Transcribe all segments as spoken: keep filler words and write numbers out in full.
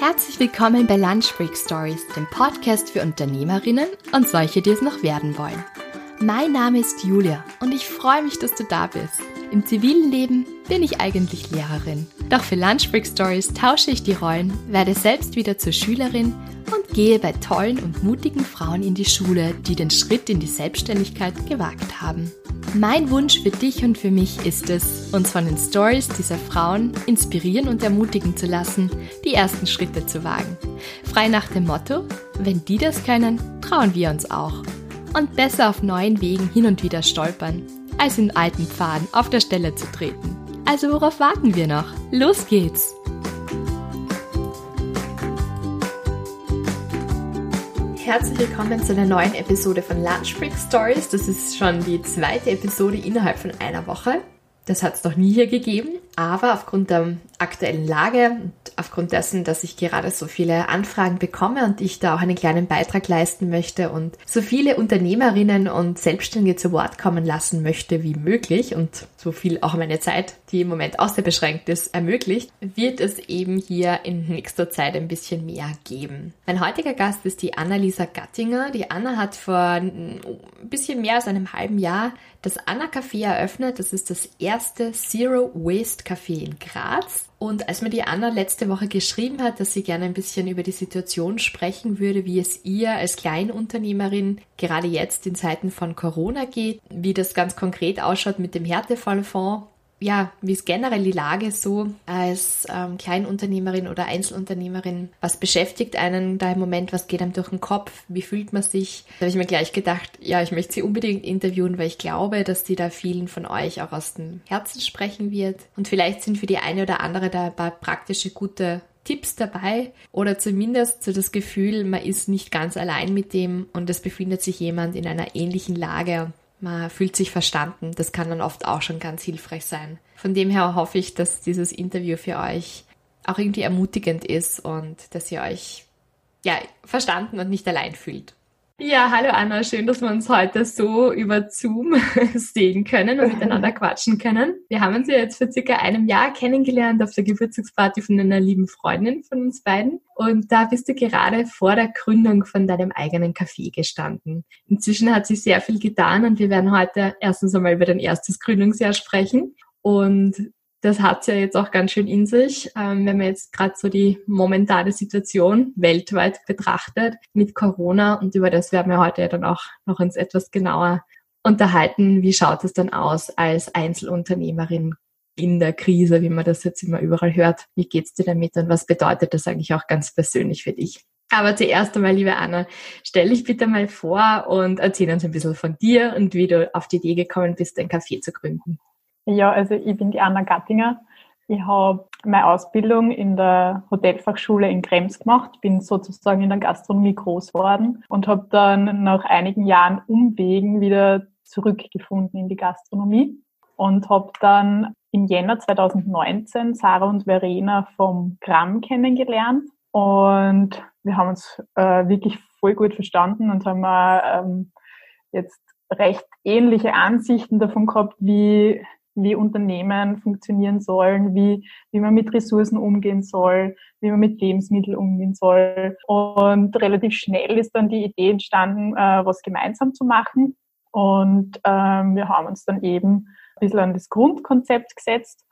Herzlich willkommen bei Lunch Break Stories, dem Podcast für Unternehmerinnen und solche, die es noch werden wollen. Mein Name ist Julia und ich freue mich, dass du da bist. Im zivilen Leben bin ich eigentlich Lehrerin. Doch für Lunch Break Stories tausche ich die Rollen, werde selbst wieder zur Schülerin und gehe bei tollen und mutigen Frauen in die Schule, die den Schritt in die Selbstständigkeit gewagt haben. Mein Wunsch für dich und für mich ist es, uns von den Stories dieser Frauen inspirieren und ermutigen zu lassen, die ersten Schritte zu wagen. Frei nach dem Motto, wenn die das können, trauen wir uns auch. Und besser auf neuen Wegen hin und wieder stolpern, als in alten Pfaden auf der Stelle zu treten. Also worauf warten wir noch? Los geht's! Herzlich willkommen zu einer neuen Episode von Lunch Break Stories. Das ist schon die zweite Episode innerhalb von einer Woche. Das hat es noch nie hier gegeben, aber aufgrund der aktuellen Lage und aufgrund dessen, dass ich gerade so viele Anfragen bekomme und ich da auch einen kleinen Beitrag leisten möchte und so viele Unternehmerinnen und Selbstständige zu Wort kommen lassen möchte wie möglich und so viel auch meine Zeit, die im Moment auch sehr beschränkt ist, ermöglicht, wird es eben hier in nächster Zeit ein bisschen mehr geben. Mein heutiger Gast ist die Anna-Lisa Gattinger. Die Anna hat vor ein bisschen mehr als einem halben Jahr das Anna Café eröffnet. Das ist das erste Zero Waste Café in Graz. Und als mir die Anna letzte Woche geschrieben hat, dass sie gerne ein bisschen über die Situation sprechen würde, wie es ihr als Kleinunternehmerin gerade jetzt in Zeiten von Corona geht, wie das ganz konkret ausschaut mit dem Härtefallfonds, ja, wie ist generell die Lage so als ähm, Kleinunternehmerin oder Einzelunternehmerin? Was beschäftigt einen da im Moment? Was geht einem durch den Kopf? Wie fühlt man sich? Da habe ich mir gleich gedacht, ja, ich möchte sie unbedingt interviewen, weil ich glaube, dass sie da vielen von euch auch aus dem Herzen sprechen wird. Und vielleicht sind für die eine oder andere da ein paar praktische, gute Tipps dabei oder zumindest so das Gefühl, man ist nicht ganz allein mit dem und es befindet sich jemand in einer ähnlichen Lage. Man fühlt sich verstanden. Das kann dann oft auch schon ganz hilfreich sein. Von dem her hoffe ich, dass dieses Interview für euch auch irgendwie ermutigend ist und dass ihr euch ja verstanden und nicht allein fühlt. Ja, hallo Anna, schön, dass wir uns heute so über Zoom sehen können und miteinander quatschen können. Wir haben uns ja jetzt vor circa einem Jahr kennengelernt auf der Geburtstagsparty von einer lieben Freundin von uns beiden. Und da bist du gerade vor der Gründung von deinem eigenen Café gestanden. Inzwischen hat sich sehr viel getan und wir werden heute erstens einmal über dein erstes Gründungsjahr sprechen. Und das hat's ja jetzt auch ganz schön in sich, ähm, wenn man jetzt gerade so die momentane Situation weltweit betrachtet mit Corona, und über das werden wir heute ja dann auch noch uns etwas genauer unterhalten. Wie schaut es dann aus als Einzelunternehmerin in der Krise, wie man das jetzt immer überall hört? Wie geht's dir damit und was bedeutet das eigentlich auch ganz persönlich für dich? Aber zuerst einmal, liebe Anna, stell dich bitte mal vor und erzähl uns ein bisschen von dir und wie du auf die Idee gekommen bist, ein Café zu gründen. Ja, also ich bin die Anna Gattinger. Ich habe meine Ausbildung in der Hotelfachschule in Krems gemacht, bin sozusagen in der Gastronomie groß geworden und habe dann nach einigen Jahren Umwegen wieder zurückgefunden in die Gastronomie und habe dann im Jänner zwanzig neunzehn Sarah und Verena vom Gramm kennengelernt und wir haben uns äh, wirklich voll gut verstanden und haben ähm, jetzt recht ähnliche Ansichten davon gehabt, wie wie Unternehmen funktionieren sollen, wie, wie man mit Ressourcen umgehen soll, wie man mit Lebensmitteln umgehen soll. Und relativ schnell ist dann die Idee entstanden, äh, was gemeinsam zu machen. Und ähm, wir haben uns dann eben ein bisschen an das Grundkonzept gesetzt.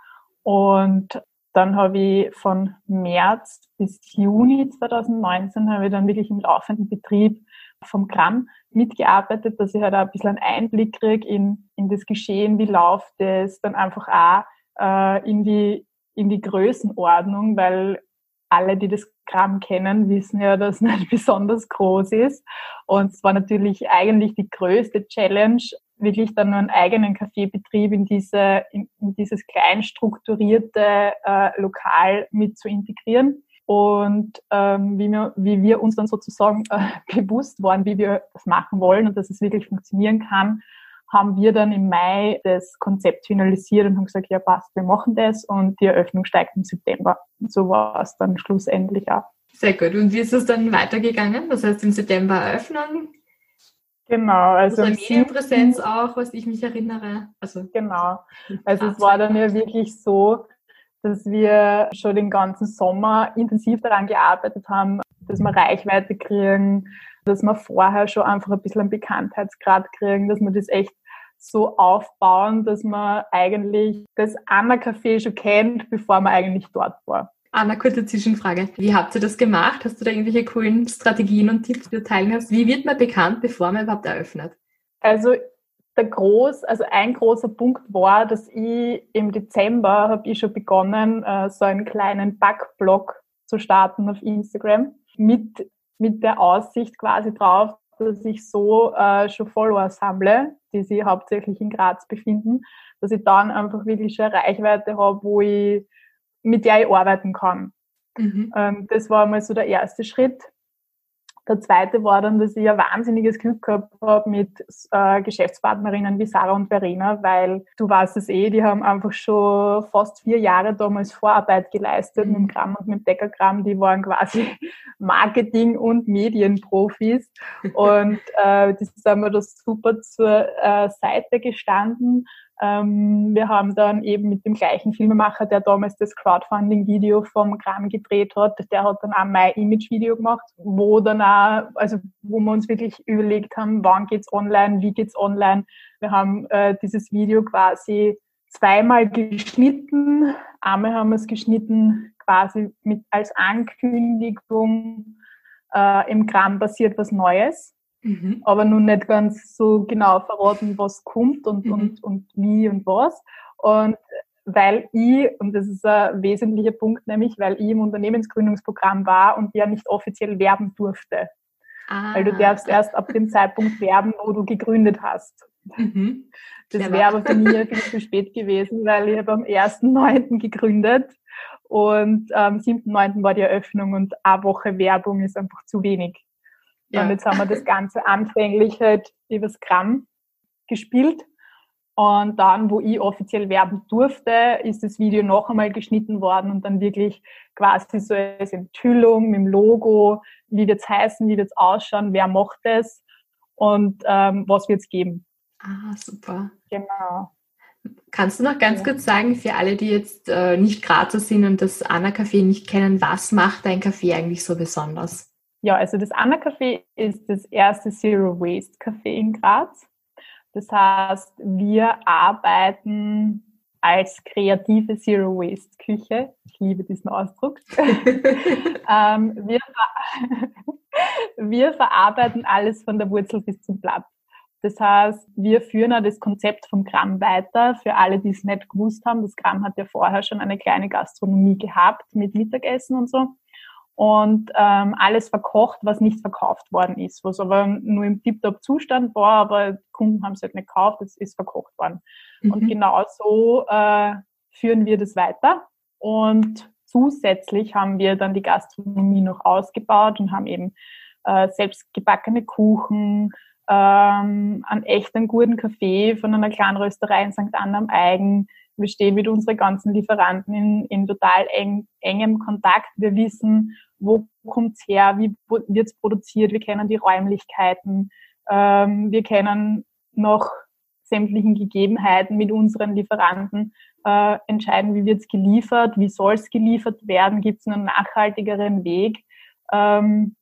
Und dann habe ich von März bis Juni zwanzig neunzehn habe ich dann wirklich im laufenden Betrieb vom Gramm mitgearbeitet, dass ich halt auch ein bisschen einen Einblick kriege in, in das Geschehen, wie läuft es, dann einfach auch äh, in die in die Größenordnung, weil alle, die das Gramm kennen, wissen ja, dass es nicht besonders groß ist. Und es war natürlich eigentlich die größte Challenge, wirklich dann nur einen eigenen Kaffeebetrieb in diese in, in dieses klein strukturierte äh, Lokal mit zu integrieren. Und ähm, wie, wir, wie wir uns dann sozusagen äh, bewusst waren, wie wir das machen wollen und dass es wirklich funktionieren kann, haben wir dann im Mai das Konzept finalisiert und haben gesagt, ja passt, wir machen das und die Eröffnung steigt im September. Und so war es dann schlussendlich auch. Sehr gut. Und wie ist es dann weitergegangen? Das heißt im September Eröffnung? Genau. Also also Medienpräsenz auch, was ich mich erinnere. Also genau. Also es war dann ja wirklich so, dass wir schon den ganzen Sommer intensiv daran gearbeitet haben, dass wir Reichweite kriegen, dass wir vorher schon einfach ein bisschen einen Bekanntheitsgrad kriegen, dass wir das echt so aufbauen, dass man eigentlich das Anna-Café schon kennt, bevor man eigentlich dort war. Anna, kurze Zwischenfrage. Wie habt ihr das gemacht? Hast du da irgendwelche coolen Strategien und Tipps, die du teilen hast? Wie wird man bekannt, bevor man überhaupt eröffnet? Also der groß, also ein großer Punkt war, dass ich im Dezember habe ich schon begonnen, so einen kleinen Backblog zu starten auf Instagram mit mit der Aussicht quasi drauf, dass ich so äh, schon Follower sammle, die sich hauptsächlich in Graz befinden, dass ich dann einfach wirklich schon eine Reichweite habe, wo ich mit der ich arbeiten kann. Mhm. Ähm, das war mal so der erste Schritt. Der zweite war dann, dass ich ein wahnsinniges Glück gehabt habe mit äh, Geschäftspartnerinnen wie Sarah und Verena, weil du weißt es eh, die haben einfach schon fast vier Jahre damals Vorarbeit geleistet mhm. mit dem Gramm und mit dem Deckergramm. Die waren quasi Marketing- und Medienprofis und äh, die sind mir das super zur äh, Seite gestanden. Ähm, wir haben dann eben mit dem gleichen Filmemacher, der damals das Crowdfunding-Video vom Gramm gedreht hat, der hat dann auch mein Image-Video gemacht, wo dann auch, also wo wir uns wirklich überlegt haben, wann geht's online, wie geht's online. Wir haben äh, dieses Video quasi zweimal geschnitten. Einmal haben wir es geschnitten quasi mit als Ankündigung, äh, im Gramm passiert was Neues. Mhm. Aber nun nicht ganz so genau verraten, was kommt und, mhm. und, und wie und was. Und weil ich, und das ist ein wesentlicher Punkt, nämlich weil ich im Unternehmensgründungsprogramm war und ja nicht offiziell werben durfte. Ah. Weil du darfst erst ab dem Zeitpunkt werben, wo du gegründet hast. Mhm. Das wäre aber für mich viel zu spät gewesen, weil ich habe am ersten neunten gegründet und am siebten neunten war die Eröffnung und eine Woche Werbung ist einfach zu wenig. Ja. Und jetzt haben wir das Ganze anfänglich halt übers Gramm gespielt. Und dann, wo ich offiziell werben durfte, ist das Video noch einmal geschnitten worden und dann wirklich quasi so als Enthüllung mit dem Logo, wie wird's heißen, wie wird's ausschauen, wer macht es und ähm, was wird's geben. Ah, super. Genau. Kannst du noch ganz ja. kurz sagen, für alle, die jetzt äh, nicht Grazer sind und das Anna-Café nicht kennen, was macht dein Café eigentlich so besonders? Ja, also das Anna-Café ist das erste Zero-Waste-Café in Graz. Das heißt, wir arbeiten als kreative Zero-Waste-Küche. Ich liebe diesen Ausdruck. ähm, wir, wir verarbeiten alles von der Wurzel bis zum Blatt. Das heißt, wir führen auch das Konzept vom Gramm weiter. Für alle, die es nicht gewusst haben, das Gramm hat ja vorher schon eine kleine Gastronomie gehabt mit Mittagessen und so. Und ähm, alles verkocht, was nicht verkauft worden ist, was aber nur im Tip-Top-Zustand war, aber die Kunden haben es halt nicht gekauft, es ist verkocht worden. Mhm. Und genau so äh, führen wir das weiter. Und zusätzlich haben wir dann die Gastronomie noch ausgebaut und haben eben äh, selbst gebackene Kuchen, ähm, einen echt einen guten Kaffee von einer kleinen Rösterei in Sankt Anna am Eigen. Wir stehen mit unseren ganzen Lieferanten in, in total eng, engem Kontakt. Wir wissen, wo kommt's her, wie wird's produziert, wir kennen die Räumlichkeiten, ähm, wir kennen noch sämtlichen Gegebenheiten mit unseren Lieferanten, äh, entscheiden, wie wird's geliefert, wie soll's geliefert werden, gibt's einen nachhaltigeren Weg, ähm,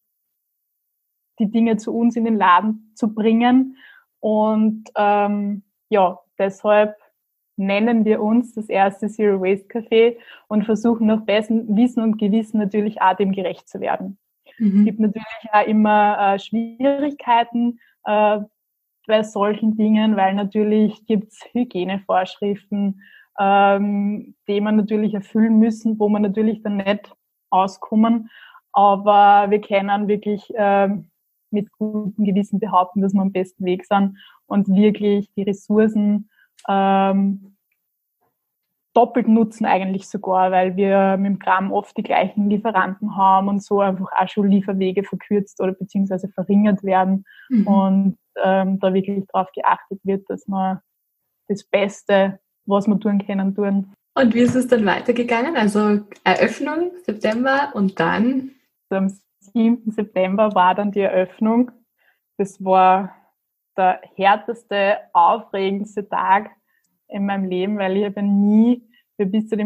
die Dinge zu uns in den Laden zu bringen. Und ähm, ja, deshalb nennen wir uns das erste Zero Waste Café und versuchen nach bestem Wissen und Gewissen natürlich auch dem gerecht zu werden. Mhm. Es gibt natürlich auch immer äh, Schwierigkeiten äh, bei solchen Dingen, weil natürlich gibt's Hygienevorschriften, ähm, die man natürlich erfüllen müssen, wo man natürlich dann nicht auskommen. Aber wir können wirklich äh, mit gutem Gewissen behaupten, dass wir am besten Weg sind und wirklich die Ressourcen Ähm, doppelt nutzen eigentlich sogar, weil wir mit dem Gramm oft die gleichen Lieferanten haben und so einfach auch schon Lieferwege verkürzt oder beziehungsweise verringert werden mhm. und ähm, da wirklich darauf geachtet wird, dass man das Beste, was wir tun können, tun. Und wie ist es dann weitergegangen? Also Eröffnung September und dann? Am siebten September war dann die Eröffnung. Das war der härteste, aufregendste Tag in meinem Leben, weil ich habe nie, wir bis zu dem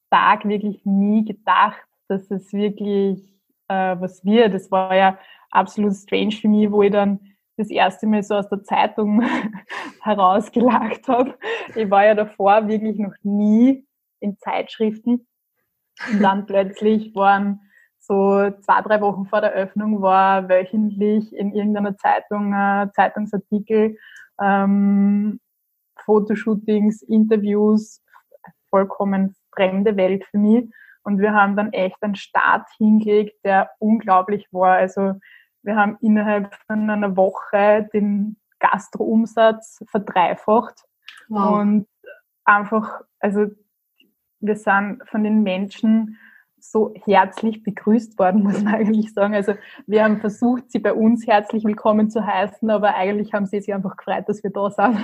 Tag wirklich nie gedacht, dass es wirklich äh, was wird. Es war ja absolut strange für mich, wo ich dann das erste Mal so aus der Zeitung herausgelacht habe. Ich war ja davor wirklich noch nie in Zeitschriften. Und dann plötzlich waren so zwei, drei Wochen vor der Öffnung war wöchentlich in irgendeiner Zeitung äh, Zeitungsartikel, ähm, Fotoshootings, Interviews, vollkommen fremde Welt für mich. Und wir haben dann echt einen Start hingelegt, der unglaublich war. Also wir haben innerhalb von einer Woche den Gastro-Umsatz verdreifacht. Wow. Und einfach, also wir sind von den Menschen so herzlich begrüßt worden, muss man eigentlich sagen. Also wir haben versucht, sie bei uns herzlich willkommen zu heißen, aber eigentlich haben sie sich einfach gefreut, dass wir da sind.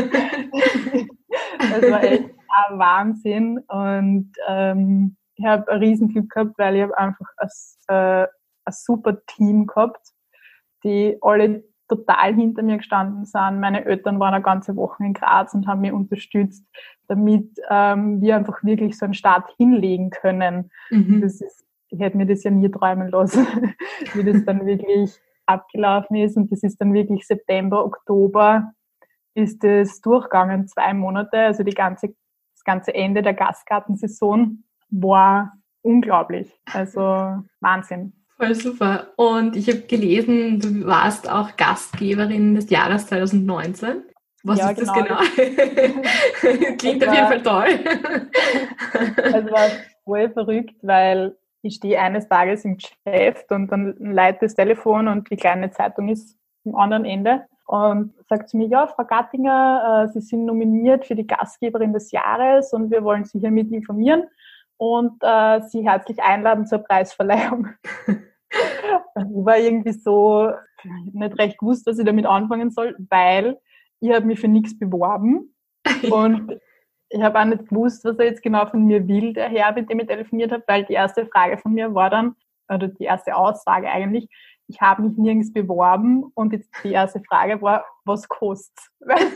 Das war echt ein Wahnsinn. Und ähm, ich habe ein Riesenglück gehabt, weil ich habe einfach ein, äh, ein super Team gehabt, die alle total hinter mir gestanden sind. Meine Eltern waren eine ganze Woche in Graz und haben mich unterstützt, damit ähm, wir einfach wirklich so einen Start hinlegen können. Mhm. Das ist, ich hätte mir das ja nie träumen lassen, wie das dann wirklich abgelaufen ist. Und das ist dann wirklich September, Oktober ist es durchgegangen, zwei Monate. Also die ganze, das ganze Ende der Gastgartensaison war unglaublich. Also Wahnsinn. Voll super. Und ich habe gelesen, du warst auch Gastgeberin des Jahres zwanzig neunzehn. Was ja, ist genau. das genau? Klingt das auf jeden Fall toll. Es war voll verrückt, weil ich stehe eines Tages im Geschäft und dann leitet das Telefon und die kleine Zeitung ist am anderen Ende und sagt zu mir, ja, Frau Gattinger, Sie sind nominiert für die Gastgeberin des Jahres und wir wollen Sie hiermit informieren und äh, Sie herzlich einladen zur Preisverleihung. Und ich war irgendwie so, nicht recht gewusst, was ich damit anfangen soll, weil ich habe mich für nichts beworben und ich habe auch nicht gewusst, was er jetzt genau von mir will, der Herr, mit dem ich telefoniert habe, weil die erste Frage von mir war dann, oder die erste Aussage eigentlich, ich habe mich nirgends beworben und jetzt die erste Frage war, was kostet's?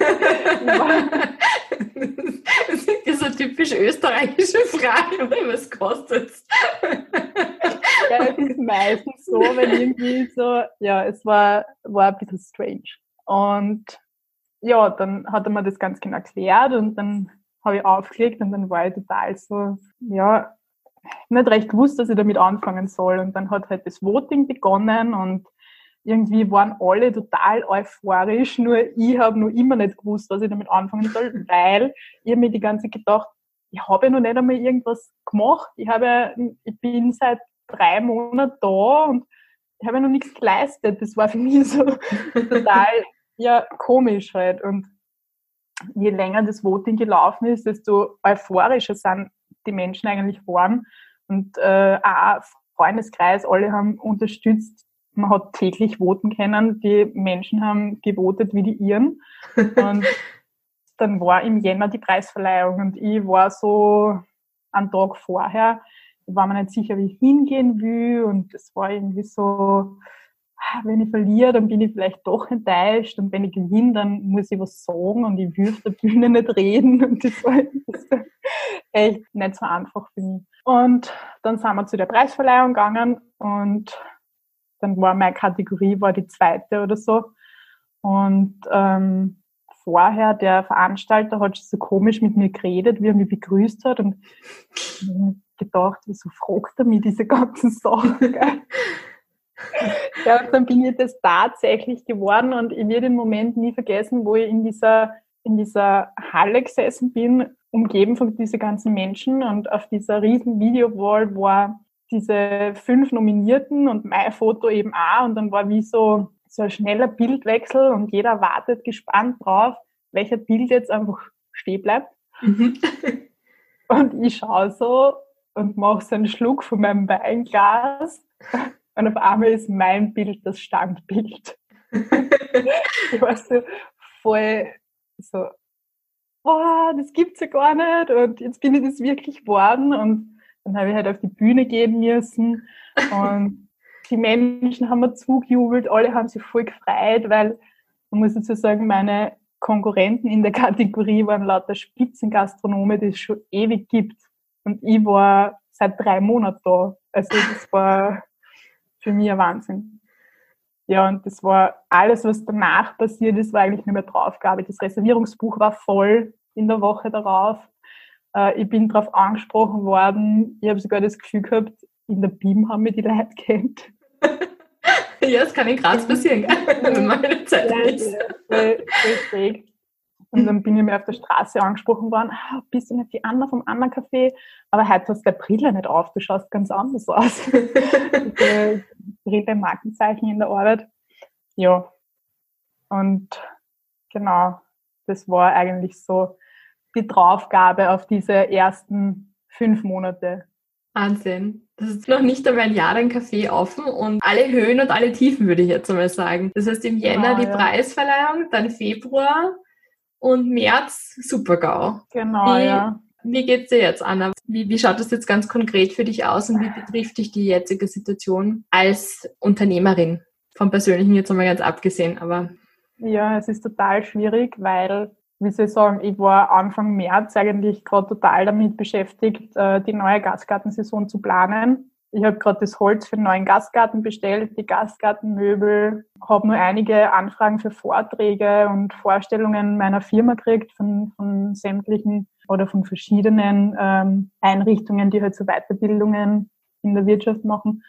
Das ist eine typisch österreichische Frage, was kostet's? Ja, es ist meistens so, wenn irgendwie so, ja, es war, war ein bisschen strange. Und ja, dann hat er mir das ganz genau erklärt und dann habe ich aufgelegt und dann war ich total so, ja, nicht recht gewusst, dass ich damit anfangen soll. Und dann hat halt das Voting begonnen und irgendwie waren alle total euphorisch, nur ich habe noch immer nicht gewusst, was ich damit anfangen soll, weil ich mir die ganze Zeit gedacht, ich habe ja noch nicht einmal irgendwas gemacht. Ich habe ja, ich bin seit drei Monaten da und ich habe ja noch nichts geleistet. Das war für mich so total, ja, komisch halt. Und je länger das Voting gelaufen ist, desto euphorischer sind die Menschen eigentlich waren. Und äh, auch Freundeskreis, alle haben unterstützt. Man hat täglich voten können. Die Menschen haben gewotet wie die Iren. Und dann war im Jänner die Preisverleihung und ich war so einen Tag vorher, ich war mir nicht sicher, wie ich hingehen will und es war irgendwie so, wenn ich verliere, dann bin ich vielleicht doch enttäuscht und wenn ich gewinne, dann muss ich was sagen und ich will auf der Bühne nicht reden und das war, das war echt nicht so einfach für mich. Und dann sind wir zu der Preisverleihung gegangen und dann war meine Kategorie war die zweite oder so und ähm, vorher, der Veranstalter hat so komisch mit mir geredet, wie er mich begrüßt hat und ich habe gedacht, wieso fragt er mich diese ganzen Sachen? Ja, dann bin ich das tatsächlich geworden und ich werde den Moment nie vergessen, wo ich in dieser, in dieser Halle gesessen bin, umgeben von diesen ganzen Menschen und auf dieser riesen Videowall war diese fünf Nominierten und mein Foto eben auch und dann war wie so so ein schneller Bildwechsel und jeder wartet gespannt drauf, welcher Bild jetzt einfach stehen bleibt. Mhm. Und ich schaue so und mache so einen Schluck von meinem Weinglas und auf einmal ist mein Bild das Standbild. Ich war so voll so, oh, das gibt's ja gar nicht und jetzt bin ich das wirklich geworden und dann habe ich halt auf die Bühne gehen müssen und die Menschen haben mir zugejubelt, alle haben sich voll gefreut, weil, man muss dazu sagen, meine Konkurrenten in der Kategorie waren lauter Spitzengastronomen, die es schon ewig gibt. Und ich war seit drei Monaten da. Also das war für mich ein Wahnsinn. Ja, und das war alles, was danach passiert ist, war eigentlich nicht mehr Draufgabe. Das Reservierungsbuch war voll in der Woche darauf. Äh, ich bin darauf angesprochen worden. Ich habe sogar das Gefühl gehabt, in der B I M haben mich die Leute kennt. Ja, das kann in Graz passieren, wenn man eine Zeit ja, ist. Ja, voll, voll schräg. Und dann bin ich mir auf der Straße angesprochen worden, ah, bist du nicht die Anna vom anderen Café? Aber heute hast du der Brille nicht auf, du schaust ganz anders aus. Die Brille, Markenzeichen in der Arbeit. Ja. Und genau, das war eigentlich so die Draufgabe auf diese ersten fünf Monate. Wahnsinn. Das ist noch nicht einmal ein Jahr dein Café offen und alle Höhen und alle Tiefen, würde ich jetzt einmal sagen. Das heißt, im Jänner Genau, die ja. Preisverleihung, dann Februar und März Super-GAU. Genau, wie, ja. Wie geht's dir jetzt, Anna? Wie, wie schaut das jetzt ganz konkret für dich aus und wie betrifft dich die jetzige Situation als Unternehmerin? Vom Persönlichen jetzt einmal ganz abgesehen, aber... Ja, es ist total schwierig, weil, wie soll ich sagen, ich war Anfang März eigentlich gerade total damit beschäftigt, die neue Gastgartensaison zu planen. Ich habe gerade das Holz für den neuen Gastgarten bestellt, die Gastgartenmöbel, habe nur einige Anfragen für Vorträge und Vorstellungen meiner Firma gekriegt von, von sämtlichen oder von verschiedenen ähm, Einrichtungen, die halt so Weiterbildungen in der Wirtschaft machen,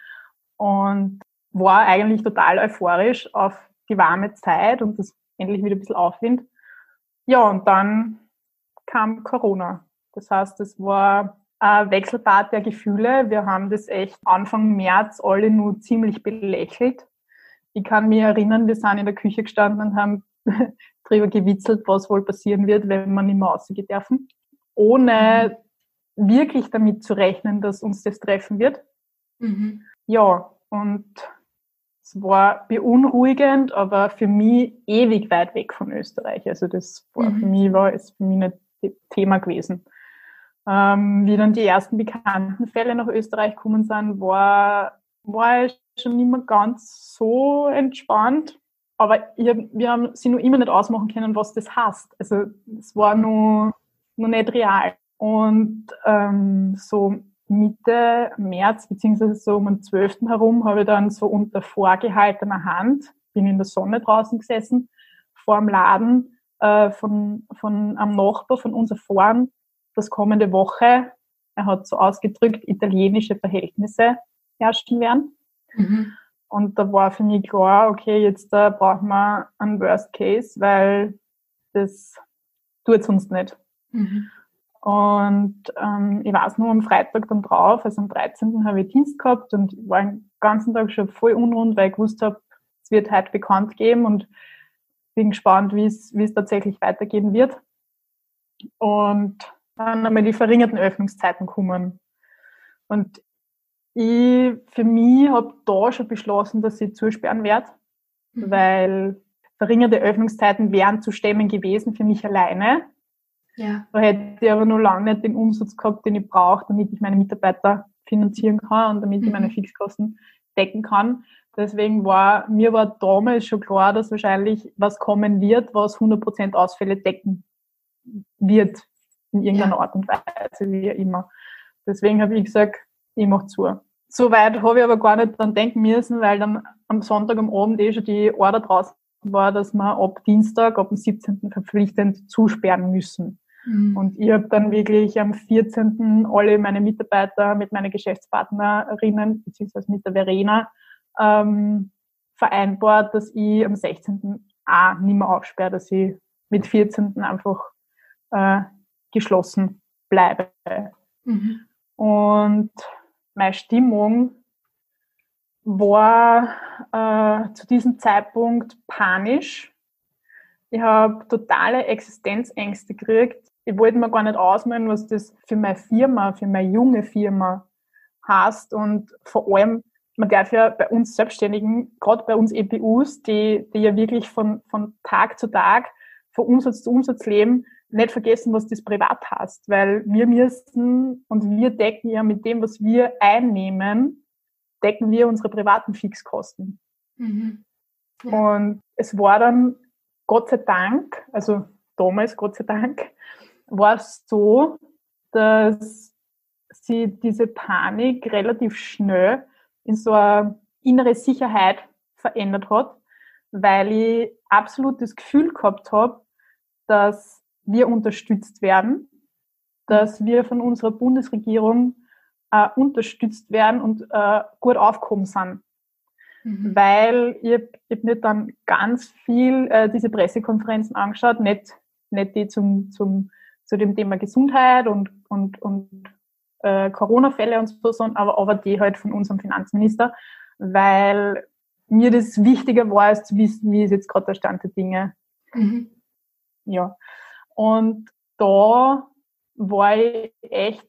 und war eigentlich total euphorisch auf die warme Zeit und das endlich wieder ein bisschen Aufwind. Ja, und dann kam Corona. Das heißt, es war ein Wechselbad der Gefühle. Wir haben das echt Anfang März alle nur ziemlich belächelt. Ich kann mich erinnern, wir sind in der Küche gestanden und haben drüber gewitzelt, was wohl passieren wird, wenn man nicht mehr rausgehen dürfen, ohne mhm. wirklich damit zu rechnen, dass uns das treffen wird. Mhm. Ja, und es war beunruhigend, aber für mich ewig weit weg von Österreich. Also das war mhm. für mich war es für mich nicht Thema gewesen. Ähm, wie dann die ersten bekannten Fälle nach Österreich gekommen sind, war, war ich schon nicht mehr ganz so entspannt. Aber ich hab, wir haben sie noch immer nicht ausmachen können, was das heißt. Also es war noch, noch nicht real. Und ähm, so Mitte März, beziehungsweise so um den zwölften herum, habe ich dann so unter vorgehaltener Hand, bin in der Sonne draußen gesessen, vor dem Laden äh, von, von einem Nachbar von uns erfahren, dass kommende Woche, er hat so ausgedrückt, italienische Verhältnisse herrschen werden. Mhm. Und da war für mich klar, okay, jetzt da brauchen wir einen Worst Case, weil das tut uns nicht. Mhm. Und ähm, ich weiß nur, am Freitag dann drauf, also am dreizehnten habe ich Dienst gehabt und ich war den ganzen Tag schon voll unrund, weil ich gewusst habe, es wird heute bekannt geben und bin gespannt, wie es wie es tatsächlich weitergehen wird. Und dann haben wir die verringerten Öffnungszeiten gekommen. Und ich für mich habe da schon beschlossen, dass ich zusperren werde, mhm. weil verringerte Öffnungszeiten wären zu stemmen gewesen für mich alleine. Ja. Da hätte ich aber noch lange nicht den Umsatz gehabt, den ich brauche, damit ich meine Mitarbeiter finanzieren kann und damit mhm. ich meine Fixkosten decken kann. Deswegen war, mir war damals schon klar, dass wahrscheinlich was kommen wird, was hundert Prozent Ausfälle decken wird, in irgendeiner ja. Art und Weise, wie immer. Deswegen habe ich gesagt, ich mache zu. Soweit habe ich aber gar nicht dran denken müssen, weil dann am Sonntag am Abend eh schon die Order draußen war, dass wir ab Dienstag, ab dem siebzehnten verpflichtend zusperren müssen. Mhm. Und ich habe dann wirklich am vierzehnten alle meine Mitarbeiter mit meinen Geschäftspartnerinnen, beziehungsweise mit der Verena, ähm, vereinbart, dass ich am sechzehnten auch nicht mehr aufsperre, dass ich mit vierzehnten einfach äh, geschlossen bleibe. Mhm. Und meine Stimmung war äh, zu diesem Zeitpunkt panisch. Ich habe totale Existenzängste gekriegt. Ich wollte mir gar nicht ausmalen, was das für meine Firma, für meine junge Firma heißt. Und vor allem, man darf ja bei uns Selbstständigen, gerade bei uns E P Us, die, die ja wirklich von, von Tag zu Tag, von Umsatz zu Umsatz leben, nicht vergessen, was das privat heißt. Weil wir müssen und wir decken ja mit dem, was wir einnehmen, decken wir unsere privaten Fixkosten. Mhm. Ja. Und es war dann Gott sei Dank, also damals Gott sei Dank, war es so, dass sich diese Panik relativ schnell in so eine innere Sicherheit verändert hat, weil ich absolut das Gefühl gehabt habe, dass wir unterstützt werden, dass wir von unserer Bundesregierung äh, unterstützt werden und äh, gut aufgehoben sind. Mhm. Weil ich, ich habe mir dann ganz viel äh, diese Pressekonferenzen angeschaut, nicht, nicht die zum, zum, zu dem Thema Gesundheit und, und, und äh, Corona-Fälle und so, sondern aber, aber die halt von unserem Finanzminister, weil mir das wichtiger war, als zu wissen, wie ist jetzt gerade der Stand der Dinge. Mhm. Ja. Und da war ich echt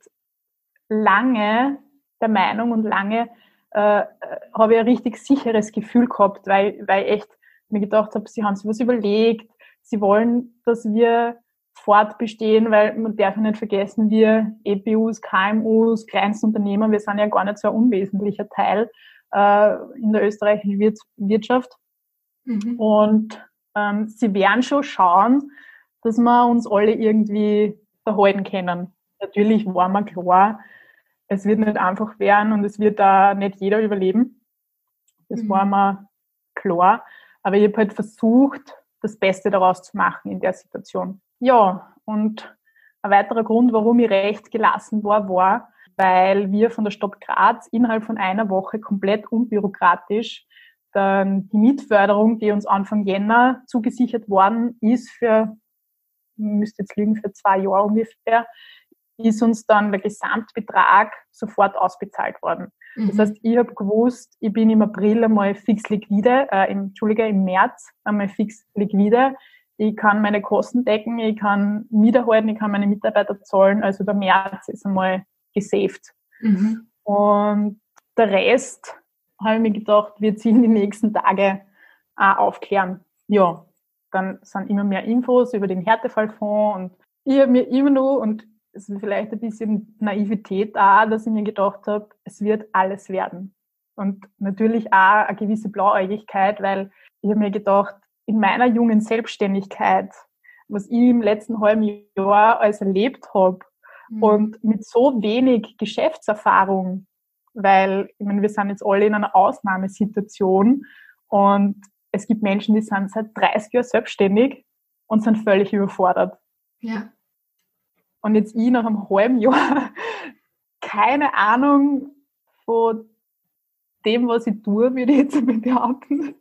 lange der Meinung und lange äh, habe ich ein richtig sicheres Gefühl gehabt, weil, weil ich echt mir gedacht habe, sie haben sich was überlegt, sie wollen, dass wir fortbestehen, weil man darf ja nicht vergessen, wir E P Us, K M Us, Kleinstunternehmer, wir sind ja gar nicht so ein unwesentlicher Teil äh, in der österreichischen Wir- Wirtschaft. Mhm. Und ähm, sie werden schon schauen, dass wir uns alle irgendwie erhalten können. Natürlich war mir klar, es wird nicht einfach werden und es wird da nicht jeder überleben. Das mhm. war mir klar. Aber ich habe halt versucht, das Beste daraus zu machen in der Situation. Ja, und ein weiterer Grund, warum ich recht gelassen war, war, weil wir von der Stadt Graz innerhalb von einer Woche komplett unbürokratisch dann die Mietförderung, die uns Anfang Jänner zugesichert worden ist, für, ich müsste jetzt lügen, für zwei Jahre ungefähr, ist uns dann der Gesamtbetrag sofort ausbezahlt worden. Mhm. Das heißt, ich habe gewusst, ich bin im April einmal fix liquide, äh, im, Entschuldige, im März einmal fix liquide. Ich kann meine Kosten decken, ich kann Miete ich kann meine Mitarbeiter zahlen. Also der März ist einmal gesaved. Mhm. Und der Rest, habe ich mir gedacht, wir ziehen die nächsten Tage auch aufklären. Ja, dann sind immer mehr Infos über den Härtefallfonds und ich habe mir immer nur, und es ist vielleicht ein bisschen Naivität da, dass ich mir gedacht habe, es wird alles werden. Und natürlich auch eine gewisse Blauäugigkeit, weil ich habe mir gedacht, in meiner jungen Selbstständigkeit, was ich im letzten halben Jahr alles erlebt habe mhm. und mit so wenig Geschäftserfahrung, weil ich meine, wir sind jetzt alle in einer Ausnahmesituation und es gibt Menschen, die sind seit dreißig Jahren selbstständig und sind völlig überfordert. Ja. Und jetzt ich nach einem halben Jahr keine Ahnung von dem, was ich tue, würde ich jetzt einmal behaupten.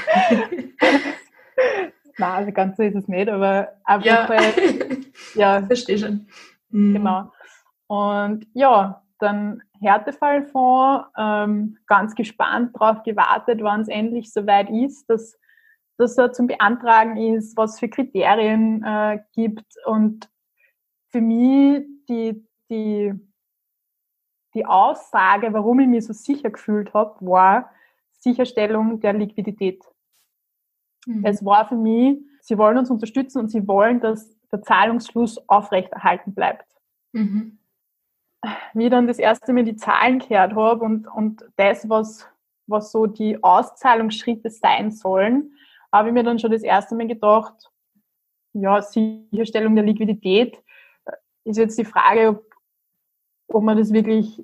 Nein, also ganz so ist es nicht, aber einfach ja. halt, ja. Verstehe schon. Mhm. Genau. Und ja, dann Härtefallfonds, ähm, ganz gespannt drauf gewartet, wann es endlich soweit ist, dass dass er zum Beantragen ist, was es für Kriterien äh, gibt. Und für mich die, die, die Aussage, warum ich mich so sicher gefühlt habe, war Sicherstellung der Liquidität. Mhm. Es war für mich, sie wollen uns unterstützen und sie wollen, dass der Zahlungsfluss aufrechterhalten bleibt. Mhm. Wie ich dann das erste Mal die Zahlen gehört habe und, und das, was, was so die Auszahlungsschritte sein sollen, habe ich mir dann schon das erste Mal gedacht, ja, Sicherstellung der Liquidität ist jetzt die Frage, ob, ob man das wirklich,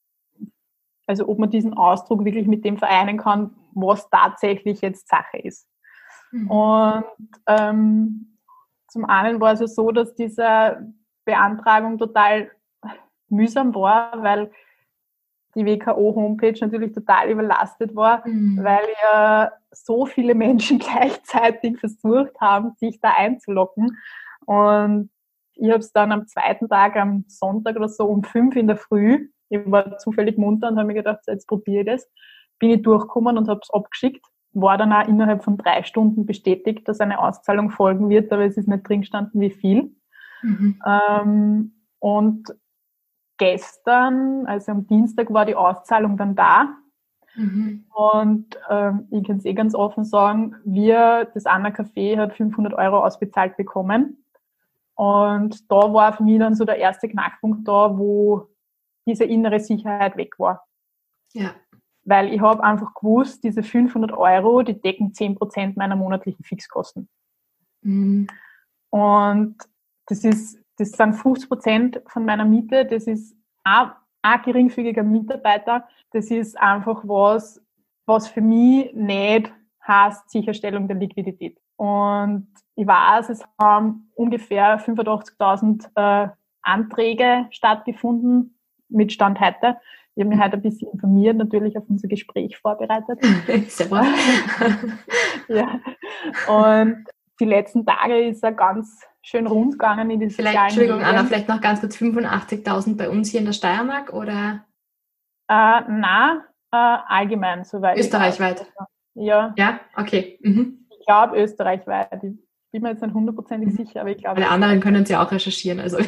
also ob man diesen Ausdruck wirklich mit dem vereinen kann, was tatsächlich jetzt Sache ist. Mhm. Und ähm, zum einen war es ja so, dass diese Beantragung total mühsam war, weil die W K O-Homepage natürlich total überlastet war, mhm. weil ja so viele Menschen gleichzeitig versucht haben, sich da einzuloggen. Und ich habe es dann am zweiten Tag, am Sonntag oder so, um fünf in der Früh, ich war zufällig munter und habe mir gedacht, so, jetzt probiere ich das, bin ich durchgekommen und habe es abgeschickt. War dann auch innerhalb von drei Stunden bestätigt, dass eine Auszahlung folgen wird, aber es ist nicht drin gestanden, wie viel. Mhm. Ähm, und gestern, also am Dienstag, war die Auszahlung dann da. Mhm. Und ähm, ich kann es eh ganz offen sagen, wir, das Anna Café hat fünfhundert Euro ausbezahlt bekommen. Und da war für mich dann so der erste Knackpunkt da, wo diese innere Sicherheit weg war. Ja. Weil ich habe einfach gewusst, diese fünfhundert Euro, die decken zehn Prozent meiner monatlichen Fixkosten. Mhm. Und das ist, das sind fünfzig Prozent von meiner Miete, das ist auch ein geringfügiger Mitarbeiter, das ist einfach was, was für mich nicht heißt Sicherstellung der Liquidität. Und ich weiß, es haben ungefähr fünfundachtzigtausend äh, Anträge stattgefunden mit Stand heute. Ich habe mich heute ein bisschen informiert, natürlich auf unser Gespräch vorbereitet. Sehr gut. Ja. Und die letzten Tage ist er ganz schön rund gegangen in die Vielleicht, sozialen Entschuldigung, Medien. Anna, vielleicht noch ganz kurz fünfundachtzigtausend bei uns hier in der Steiermark oder? Äh, nein, äh, allgemein, soweit österreichweit? Ich weiß. Ja. Ja, okay. Mhm. Ich glaube österreichweit. Ich bin mir jetzt nicht hundertprozentig sicher, aber ich glaube. Alle anderen können Sie auch recherchieren, also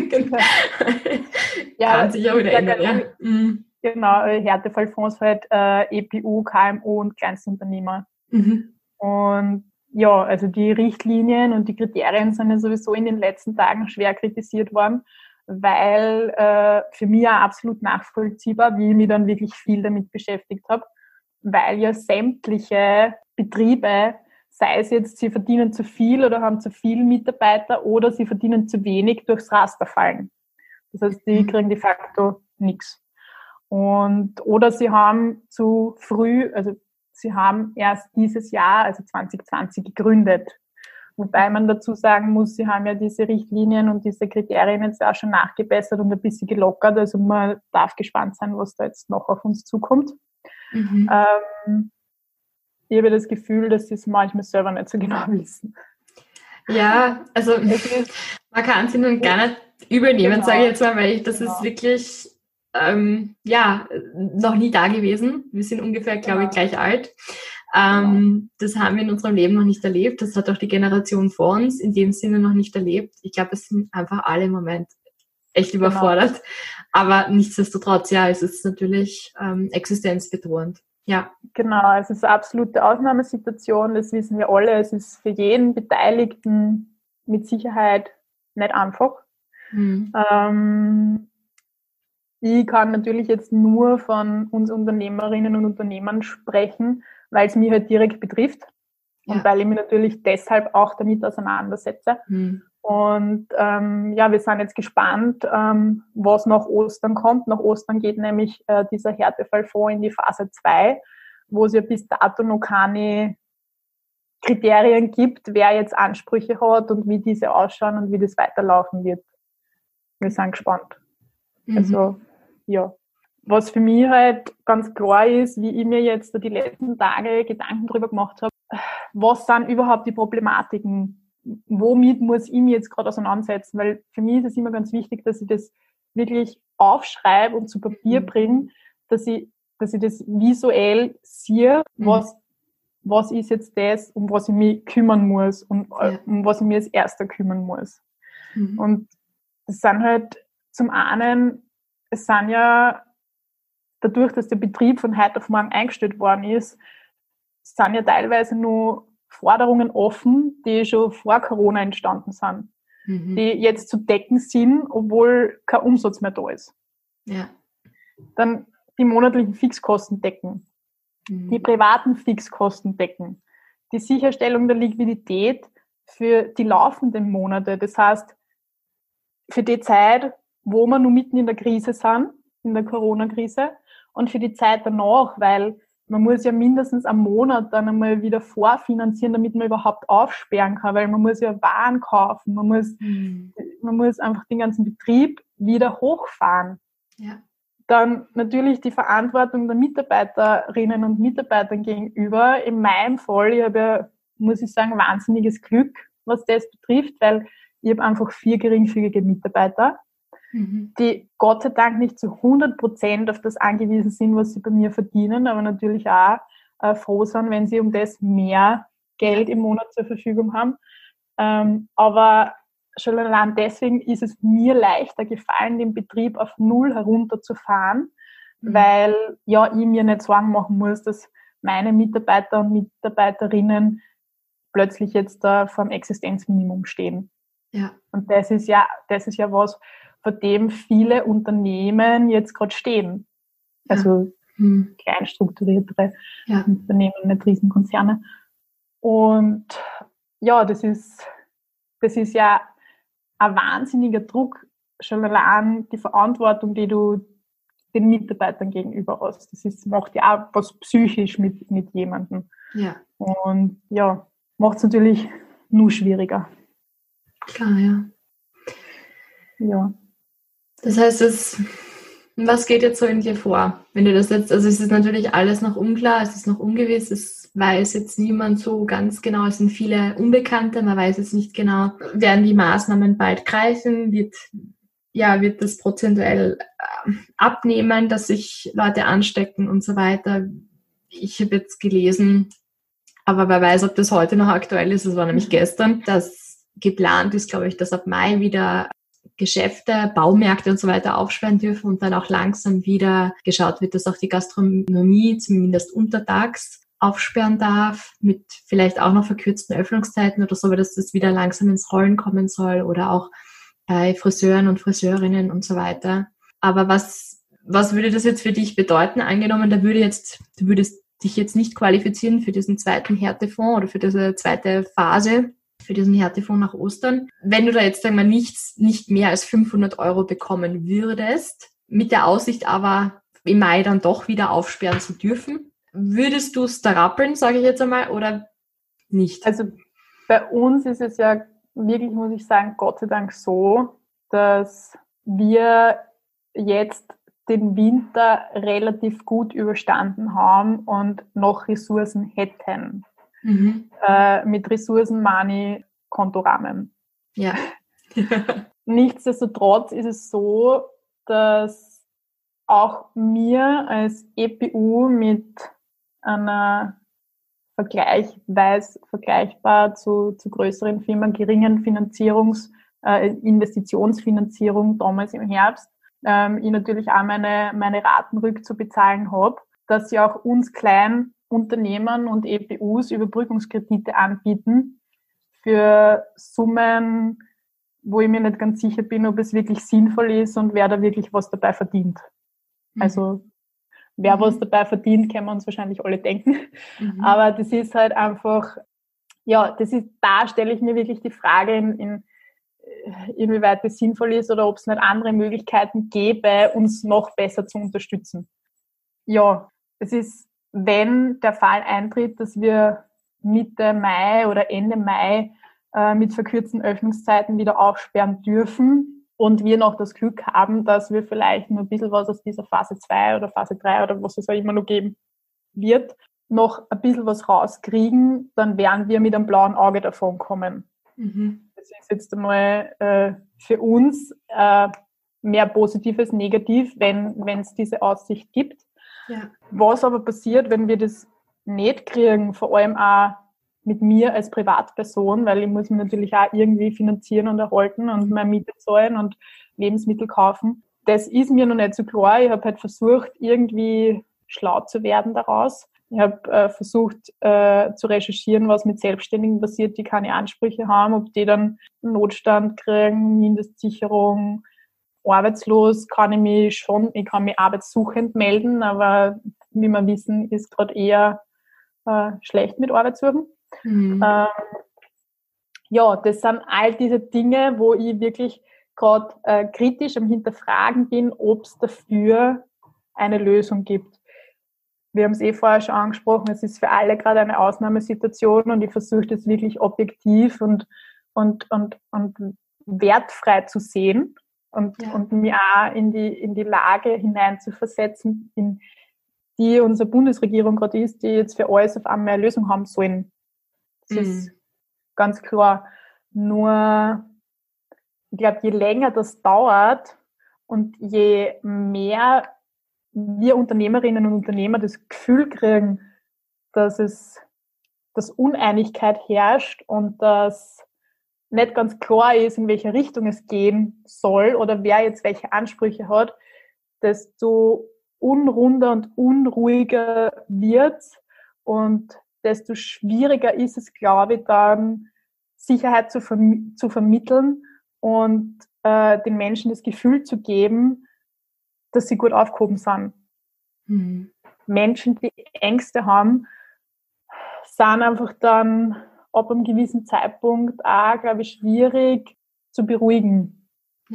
ja, kann sich auch wieder ändern. Ja. Mhm. Genau, Härtefallfonds halt äh, E P U, K M U und Kleinstunternehmer. Mhm. Und ja, also die Richtlinien und die Kriterien sind ja sowieso in den letzten Tagen schwer kritisiert worden, weil äh, für mich auch absolut nachvollziehbar, wie ich mich dann wirklich viel damit beschäftigt habe, weil ja sämtliche Betriebe, sei es jetzt, sie verdienen zu viel oder haben zu viele Mitarbeiter oder sie verdienen zu wenig, durchs Raster fallen. Das heißt, die kriegen de facto nichts. Und, oder sie haben zu früh, also sie haben erst dieses Jahr, also zwanzig zwanzig, gegründet. Wobei man dazu sagen muss, sie haben ja diese Richtlinien und diese Kriterien jetzt auch schon nachgebessert und ein bisschen gelockert. Also man darf gespannt sein, was da jetzt noch auf uns zukommt. Mhm. Ähm, ich habe das Gefühl, dass sie es manchmal selber nicht so genau wissen. Ja, also man kann sie nun gar nicht übernehmen, genau. Sage ich jetzt mal, weil ich, das genau. ist wirklich ähm, ja, noch nie da gewesen. Wir sind ungefähr, glaube genau. ich, gleich alt. Ähm, genau. Das haben wir in unserem Leben noch nicht erlebt. Das hat auch die Generation vor uns in dem Sinne noch nicht erlebt. Ich glaube, es sind einfach alle im Moment echt überfordert. Genau. Aber nichtsdestotrotz, ja, es ist natürlich ähm, existenzbedrohend. Ja. Genau, es ist eine absolute Ausnahmesituation, das wissen wir alle. Es ist für jeden Beteiligten mit Sicherheit nicht einfach. Mhm. Ähm, ich kann natürlich jetzt nur von uns Unternehmerinnen und Unternehmern sprechen, weil es mich halt direkt betrifft ja. und weil ich mich natürlich deshalb auch damit auseinandersetze. Mhm. Und ähm, ja, wir sind jetzt gespannt, ähm, was nach Ostern kommt. Nach Ostern geht nämlich äh, dieser Härtefallfonds in die Phase zwei, wo es ja bis dato noch keine Kriterien gibt, wer jetzt Ansprüche hat und wie diese ausschauen und wie das weiterlaufen wird. Wir sind gespannt. Mhm. Also, ja. Was für mich halt ganz klar ist, wie ich mir jetzt die letzten Tage Gedanken darüber gemacht habe, was sind überhaupt die Problematiken? Womit muss ich mich jetzt gerade auseinandersetzen? Weil für mich ist es immer ganz wichtig, dass ich das wirklich aufschreibe und zu Papier mhm. bringe, dass ich, dass ich das visuell sehe, mhm. was, was ist jetzt das, um was ich mich kümmern muss und ja. um was ich mir als erster kümmern muss. Mhm. Und das sind halt zum einen, es sind ja dadurch, dass der Betrieb von heute auf morgen eingestellt worden ist, sind ja teilweise nur Forderungen offen, die schon vor Corona entstanden sind, mhm. die jetzt zu decken sind, obwohl kein Umsatz mehr da ist. Ja. Dann die monatlichen Fixkosten decken, mhm. die privaten Fixkosten decken, die Sicherstellung der Liquidität für die laufenden Monate. Das heißt, für die Zeit, wo wir nur mitten in der Krise sind, in der Corona-Krise, und für die Zeit danach, weil man muss ja mindestens einen Monat dann einmal wieder vorfinanzieren, damit man überhaupt aufsperren kann, weil man muss ja Waren kaufen, man muss, mhm. man muss einfach den ganzen Betrieb wieder hochfahren. Ja. Dann natürlich die Verantwortung der Mitarbeiterinnen und Mitarbeitern gegenüber. In meinem Fall, ich habe ja, muss ich sagen, wahnsinniges Glück, was das betrifft, weil ich habe einfach vier geringfügige Mitarbeiter, mhm. die Gott sei Dank nicht zu hundert Prozent auf das angewiesen sind, was sie bei mir verdienen, aber natürlich auch äh, froh sind, wenn sie um das mehr Geld im Monat zur Verfügung haben. Ähm, aber schon allein deswegen ist es mir leichter gefallen, den Betrieb auf Null herunterzufahren, mhm. weil ja ich mir nicht Sorgen machen muss, dass meine Mitarbeiter und Mitarbeiterinnen plötzlich jetzt da vor dem Existenzminimum stehen. Ja. Und das ist ja, das ist ja was, vor dem viele Unternehmen jetzt gerade stehen. Also ja. hm. kleinstrukturiertere ja. Unternehmen, nicht Riesenkonzerne. Und ja, das ist, das ist ja ein wahnsinniger Druck, schon allein die Verantwortung, die du den Mitarbeitern gegenüber aus. Das ist, macht ja auch was psychisch mit, mit jemandem. Ja. Und ja, macht es natürlich nur schwieriger. Klar, ja. Ja. Das heißt, es, was geht jetzt so in dir vor? Wenn du das jetzt, also es ist natürlich alles noch unklar, es ist noch ungewiss, es weiß jetzt niemand so ganz genau, es sind viele Unbekannte, man weiß jetzt nicht genau, werden die Maßnahmen bald greifen, wird, ja, wird das prozentuell äh, abnehmen, dass sich Leute anstecken und so weiter. Ich habe jetzt gelesen, aber wer weiß, ob das heute noch aktuell ist, das war nämlich gestern, dass geplant ist, glaube ich, dass ab Mai wieder Geschäfte, Baumärkte und so weiter aufsperren dürfen und dann auch langsam wieder geschaut wird, dass auch die Gastronomie zumindest untertags aufsperren darf, mit vielleicht auch noch verkürzten Öffnungszeiten oder so, aber dass das wieder langsam ins Rollen kommen soll oder auch bei Friseuren und Friseurinnen und so weiter. Aber was, was würde das jetzt für dich bedeuten? Angenommen, da würde jetzt, du würdest dich jetzt nicht qualifizieren für diesen zweiten Härtefonds oder für diese zweite Phase, für diesen Härtefonds nach Ostern. Wenn du da jetzt sagen wir nichts, nicht mehr als fünfhundert Euro bekommen würdest, mit der Aussicht aber im Mai dann doch wieder aufsperren zu dürfen, würdest du es da rappeln, sage ich jetzt einmal, oder nicht? Also bei uns ist es ja wirklich, muss ich sagen, Gott sei Dank so, dass wir jetzt den Winter relativ gut überstanden haben und noch Ressourcen hätten. Mhm. Äh, mit Ressourcen meine ich Kontorahmen. Ja. Nichtsdestotrotz ist es so, dass auch wir als E P U mit einer vergleichweise vergleichbar zu, zu größeren Firmen geringen Finanzierungs-, äh, Investitionsfinanzierung damals im Herbst, ähm, ich natürlich auch meine, meine Raten rückzubezahlen habe, dass sie auch uns kleinen Unternehmen und E P Us Überbrückungskredite anbieten für Summen, wo ich mir nicht ganz sicher bin, ob es wirklich sinnvoll ist und wer da wirklich was dabei verdient. Mhm. Also wer mhm. was dabei verdient, können wir uns wahrscheinlich alle denken. Mhm. Aber das ist halt einfach, ja, das ist, da stelle ich mir wirklich die Frage, in, in, inwieweit das sinnvoll ist oder ob es nicht andere Möglichkeiten gäbe, uns noch besser zu unterstützen. Ja, es ist, wenn der Fall eintritt, dass wir Mitte Mai oder Ende Mai äh, mit verkürzten Öffnungszeiten wieder aufsperren dürfen und wir noch das Glück haben, dass wir vielleicht nur ein bisschen was aus dieser Phase zwei oder Phase drei oder was es auch immer noch geben wird, noch ein bisschen was rauskriegen, dann werden wir mit einem blauen Auge davon kommen. Mhm. Das ist jetzt einmal äh, für uns äh, mehr positiv als negativ, wenn es diese Aussicht gibt. Ja. Was aber passiert, wenn wir das nicht kriegen, vor allem auch mit mir als Privatperson, weil ich muss mich natürlich auch irgendwie finanzieren und erhalten und meine Miete zahlen und Lebensmittel kaufen. Das ist mir noch nicht so klar. Ich habe halt versucht, irgendwie schlau zu werden daraus. Ich habe äh, versucht äh, zu recherchieren, was mit Selbstständigen passiert, die keine Ansprüche haben, ob die dann einen Notstand kriegen, Mindestsicherung. Arbeitslos kann ich mich schon, ich kann mich arbeitssuchend melden, aber wie wir wissen, ist gerade eher äh, schlecht mit Arbeitssuchen. Mhm. Ähm, ja, das sind all diese Dinge, wo ich wirklich gerade äh, kritisch am Hinterfragen bin, ob es dafür eine Lösung gibt. Wir haben es eh vorher schon angesprochen, es ist für alle gerade eine Ausnahmesituation und ich versuche das wirklich objektiv und, und, und, und wertfrei zu sehen. Und, ja. und mich auch in die, in die Lage hineinzuversetzen, in die unsere Bundesregierung gerade ist, die jetzt für alles auf einmal eine Lösung haben sollen. Das mm. ist ganz klar. Nur, ich glaube, je länger das dauert und je mehr wir Unternehmerinnen und Unternehmer das Gefühl kriegen, dass es, dass Uneinigkeit herrscht und dass nicht ganz klar ist, in welche Richtung es gehen soll oder wer jetzt welche Ansprüche hat, desto unrunder und unruhiger wird und desto schwieriger ist es, glaube ich, dann Sicherheit zu, verm- zu vermitteln und äh, den Menschen das Gefühl zu geben, dass sie gut aufgehoben sind. Mhm. Menschen, die Ängste haben, sind einfach dann ab einem gewissen Zeitpunkt auch, glaube ich, schwierig zu beruhigen. Ja,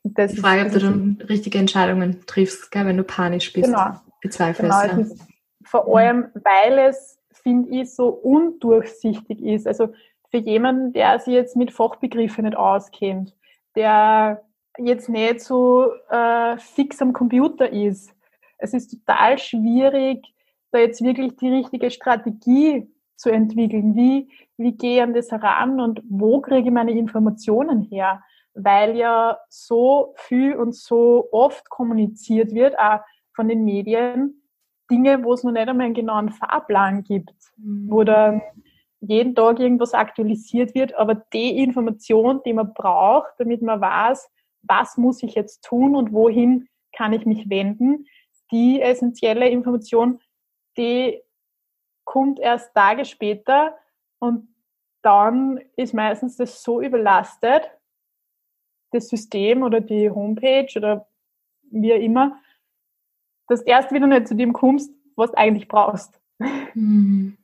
Das Die Frage, ist, ob du dann richtige Entscheidungen triffst, gell, wenn du panisch bist, genau, bezweifelst. genau. Ja. Es ist vor allem, weil es, finde ich, so undurchsichtig ist. Also für jemanden, der sich jetzt mit Fachbegriffen nicht auskennt, der jetzt nicht so äh, fix am Computer ist. Es ist total schwierig, da jetzt wirklich die richtige Strategie zu entwickeln. Wie, wie gehe ich an das heran und wo kriege ich meine Informationen her? Weil ja so viel und so oft kommuniziert wird, auch von den Medien, Dinge, wo es noch nicht einmal einen genauen Fahrplan gibt, mhm. wo dann jeden Tag irgendwas aktualisiert wird, aber die Information, die man braucht, damit man weiß, was muss ich jetzt tun und wohin kann ich mich wenden, die essentielle Information, die kommt erst Tage später und dann ist meistens das so überlastet, das System oder die Homepage oder wie auch immer, dass du erst wieder nicht zu dem kommst, was du eigentlich brauchst. Hm.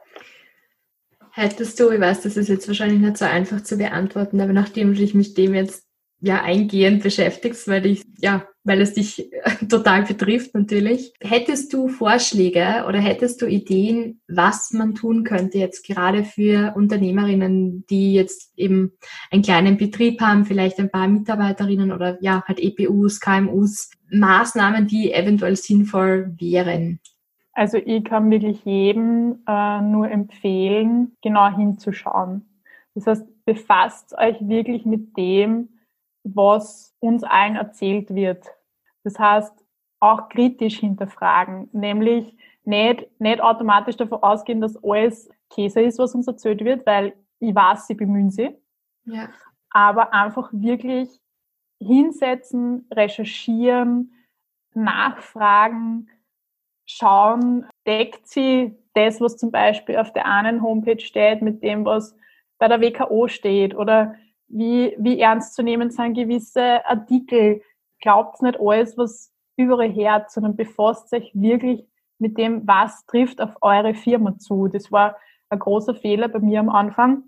Hättest du, ich weiß, das ist jetzt wahrscheinlich nicht so einfach zu beantworten, aber nachdem du dich mit dem jetzt ja eingehend beschäftigst, weil ich, ja, weil es dich total betrifft natürlich, hättest du Vorschläge oder hättest du Ideen, was man tun könnte jetzt gerade für Unternehmerinnen, die jetzt eben einen kleinen Betrieb haben, vielleicht ein paar Mitarbeiterinnen oder ja, halt E P Us, K M Us, Maßnahmen, die eventuell sinnvoll wären? Also ich kann wirklich jedem äh, nur empfehlen, genau hinzuschauen. Das heißt, befasst euch wirklich mit dem, was uns allen erzählt wird. Das heißt, auch kritisch hinterfragen, nämlich nicht, nicht automatisch davon ausgehen, dass alles Käse ist, was uns erzählt wird, weil ich weiß, sie bemühen sich. Ja. Aber einfach wirklich hinsetzen, recherchieren, nachfragen, schauen, deckt sie das, was zum Beispiel auf der einen Homepage steht, mit dem, was bei der W K O steht, oder wie, wie ernst zu nehmen sind gewisse Artikel. Glaubt nicht alles, was überall hört, sondern befasst euch wirklich mit dem, was trifft auf eure Firma zu. Das war ein großer Fehler bei mir am Anfang,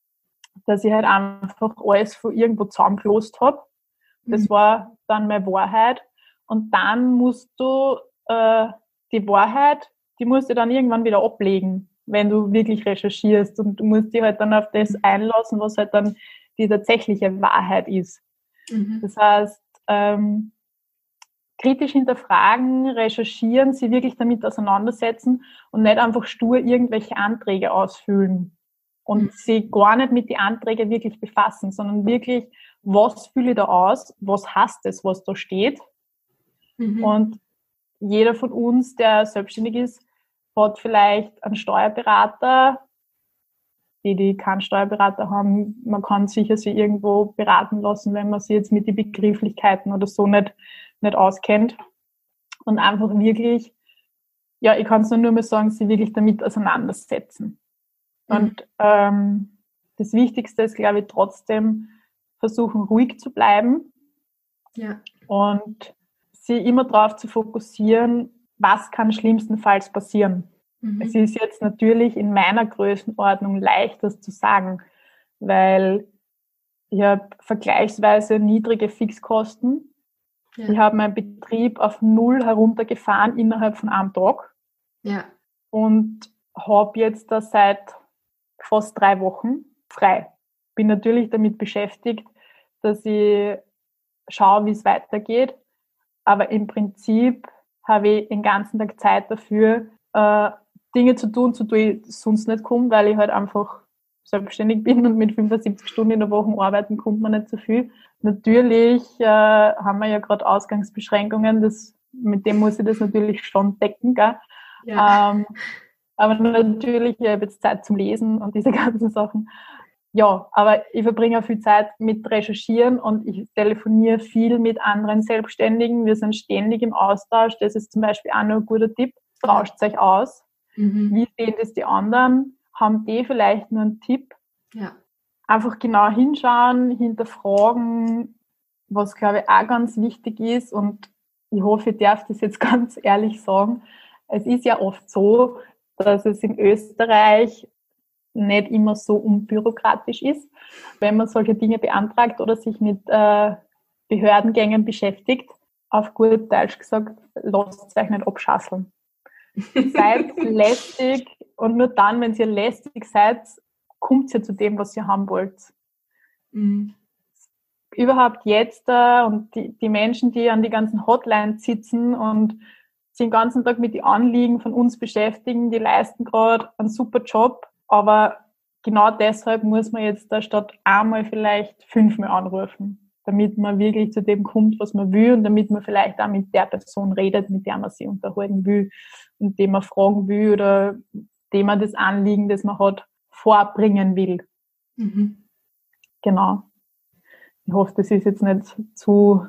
dass ich halt einfach alles von irgendwo zusammengelost habe. Das mhm. war dann meine Wahrheit. Und dann musst du äh, die Wahrheit, die musst du dann irgendwann wieder ablegen, wenn du wirklich recherchierst. Und du musst dich halt dann auf das einlassen, was halt dann die tatsächliche Wahrheit ist. Mhm. Das heißt, ähm, kritisch hinterfragen, recherchieren, sie wirklich damit auseinandersetzen und nicht einfach stur irgendwelche Anträge ausfüllen und mhm. sie gar nicht mit den Anträgen wirklich befassen, sondern wirklich, was fülle ich da aus, was heißt es, was da steht. Mhm. Und jeder von uns, der selbstständig ist, hat vielleicht einen Steuerberater, die, die keinen Steuerberater haben. Man kann sicher sich irgendwo beraten lassen, wenn man sich jetzt mit den Begrifflichkeiten oder so nicht, nicht auskennt. Und einfach wirklich, ja, ich kann es nur mal sagen, sich wirklich damit auseinandersetzen. Mhm. Und ähm, das Wichtigste ist, glaube ich, trotzdem versuchen, ruhig zu bleiben. Ja. Und sich immer darauf zu fokussieren, was kann schlimmstenfalls passieren. Mhm. Es ist jetzt natürlich in meiner Größenordnung leicht, das zu sagen, weil ich habe vergleichsweise niedrige Fixkosten. Ja. Ich habe meinen Betrieb auf null heruntergefahren innerhalb von einem Tag. Ja. Und habe jetzt da seit fast drei Wochen frei. Bin natürlich damit beschäftigt, dass ich schaue, wie es weitergeht. Aber im Prinzip habe ich den ganzen Tag Zeit dafür, äh, Dinge zu tun, zu tun ich sonst nicht komme, weil ich halt einfach selbstständig bin und mit fünfundsiebzig Stunden in der Woche arbeiten kommt man nicht so viel. Natürlich äh, haben wir ja gerade Ausgangsbeschränkungen, das, mit dem muss ich das natürlich schon decken, gell? Ja. Ähm, aber natürlich, ich habe jetzt Zeit zum Lesen und diese ganzen Sachen. Ja, aber ich verbringe auch viel Zeit mit Recherchieren und ich telefoniere viel mit anderen Selbstständigen. Wir sind ständig im Austausch. Das ist zum Beispiel auch noch ein guter Tipp. Tauscht euch aus. Mhm. Wie sehen das die anderen? Haben die vielleicht nur einen Tipp? Ja. Einfach genau hinschauen, hinterfragen, was, glaube ich, auch ganz wichtig ist. Und ich hoffe, ich darf das jetzt ganz ehrlich sagen. Es ist ja oft so, dass es in Österreich nicht immer so unbürokratisch ist, wenn man solche Dinge beantragt oder sich mit äh, Behördengängen beschäftigt. Auf gut Deutsch gesagt, lasst euch nicht abschasseln. Seid lästig und nur dann, wenn ihr lästig seid, kommt ihr zu dem, was ihr haben wollt. Mhm. Überhaupt jetzt äh, und die, die Menschen, die an die ganzen Hotlines sitzen und sich den ganzen Tag mit den Anliegen von uns beschäftigen, die leisten gerade einen super Job, aber genau deshalb muss man jetzt da statt einmal vielleicht fünfmal anrufen, damit man wirklich zu dem kommt, was man will und damit man vielleicht auch mit der Person redet, mit der man sich unterhalten will und dem man fragen will oder dem man das Anliegen, das man hat, vorbringen will. Mhm. Genau. Ich hoffe, das ist jetzt nicht zu,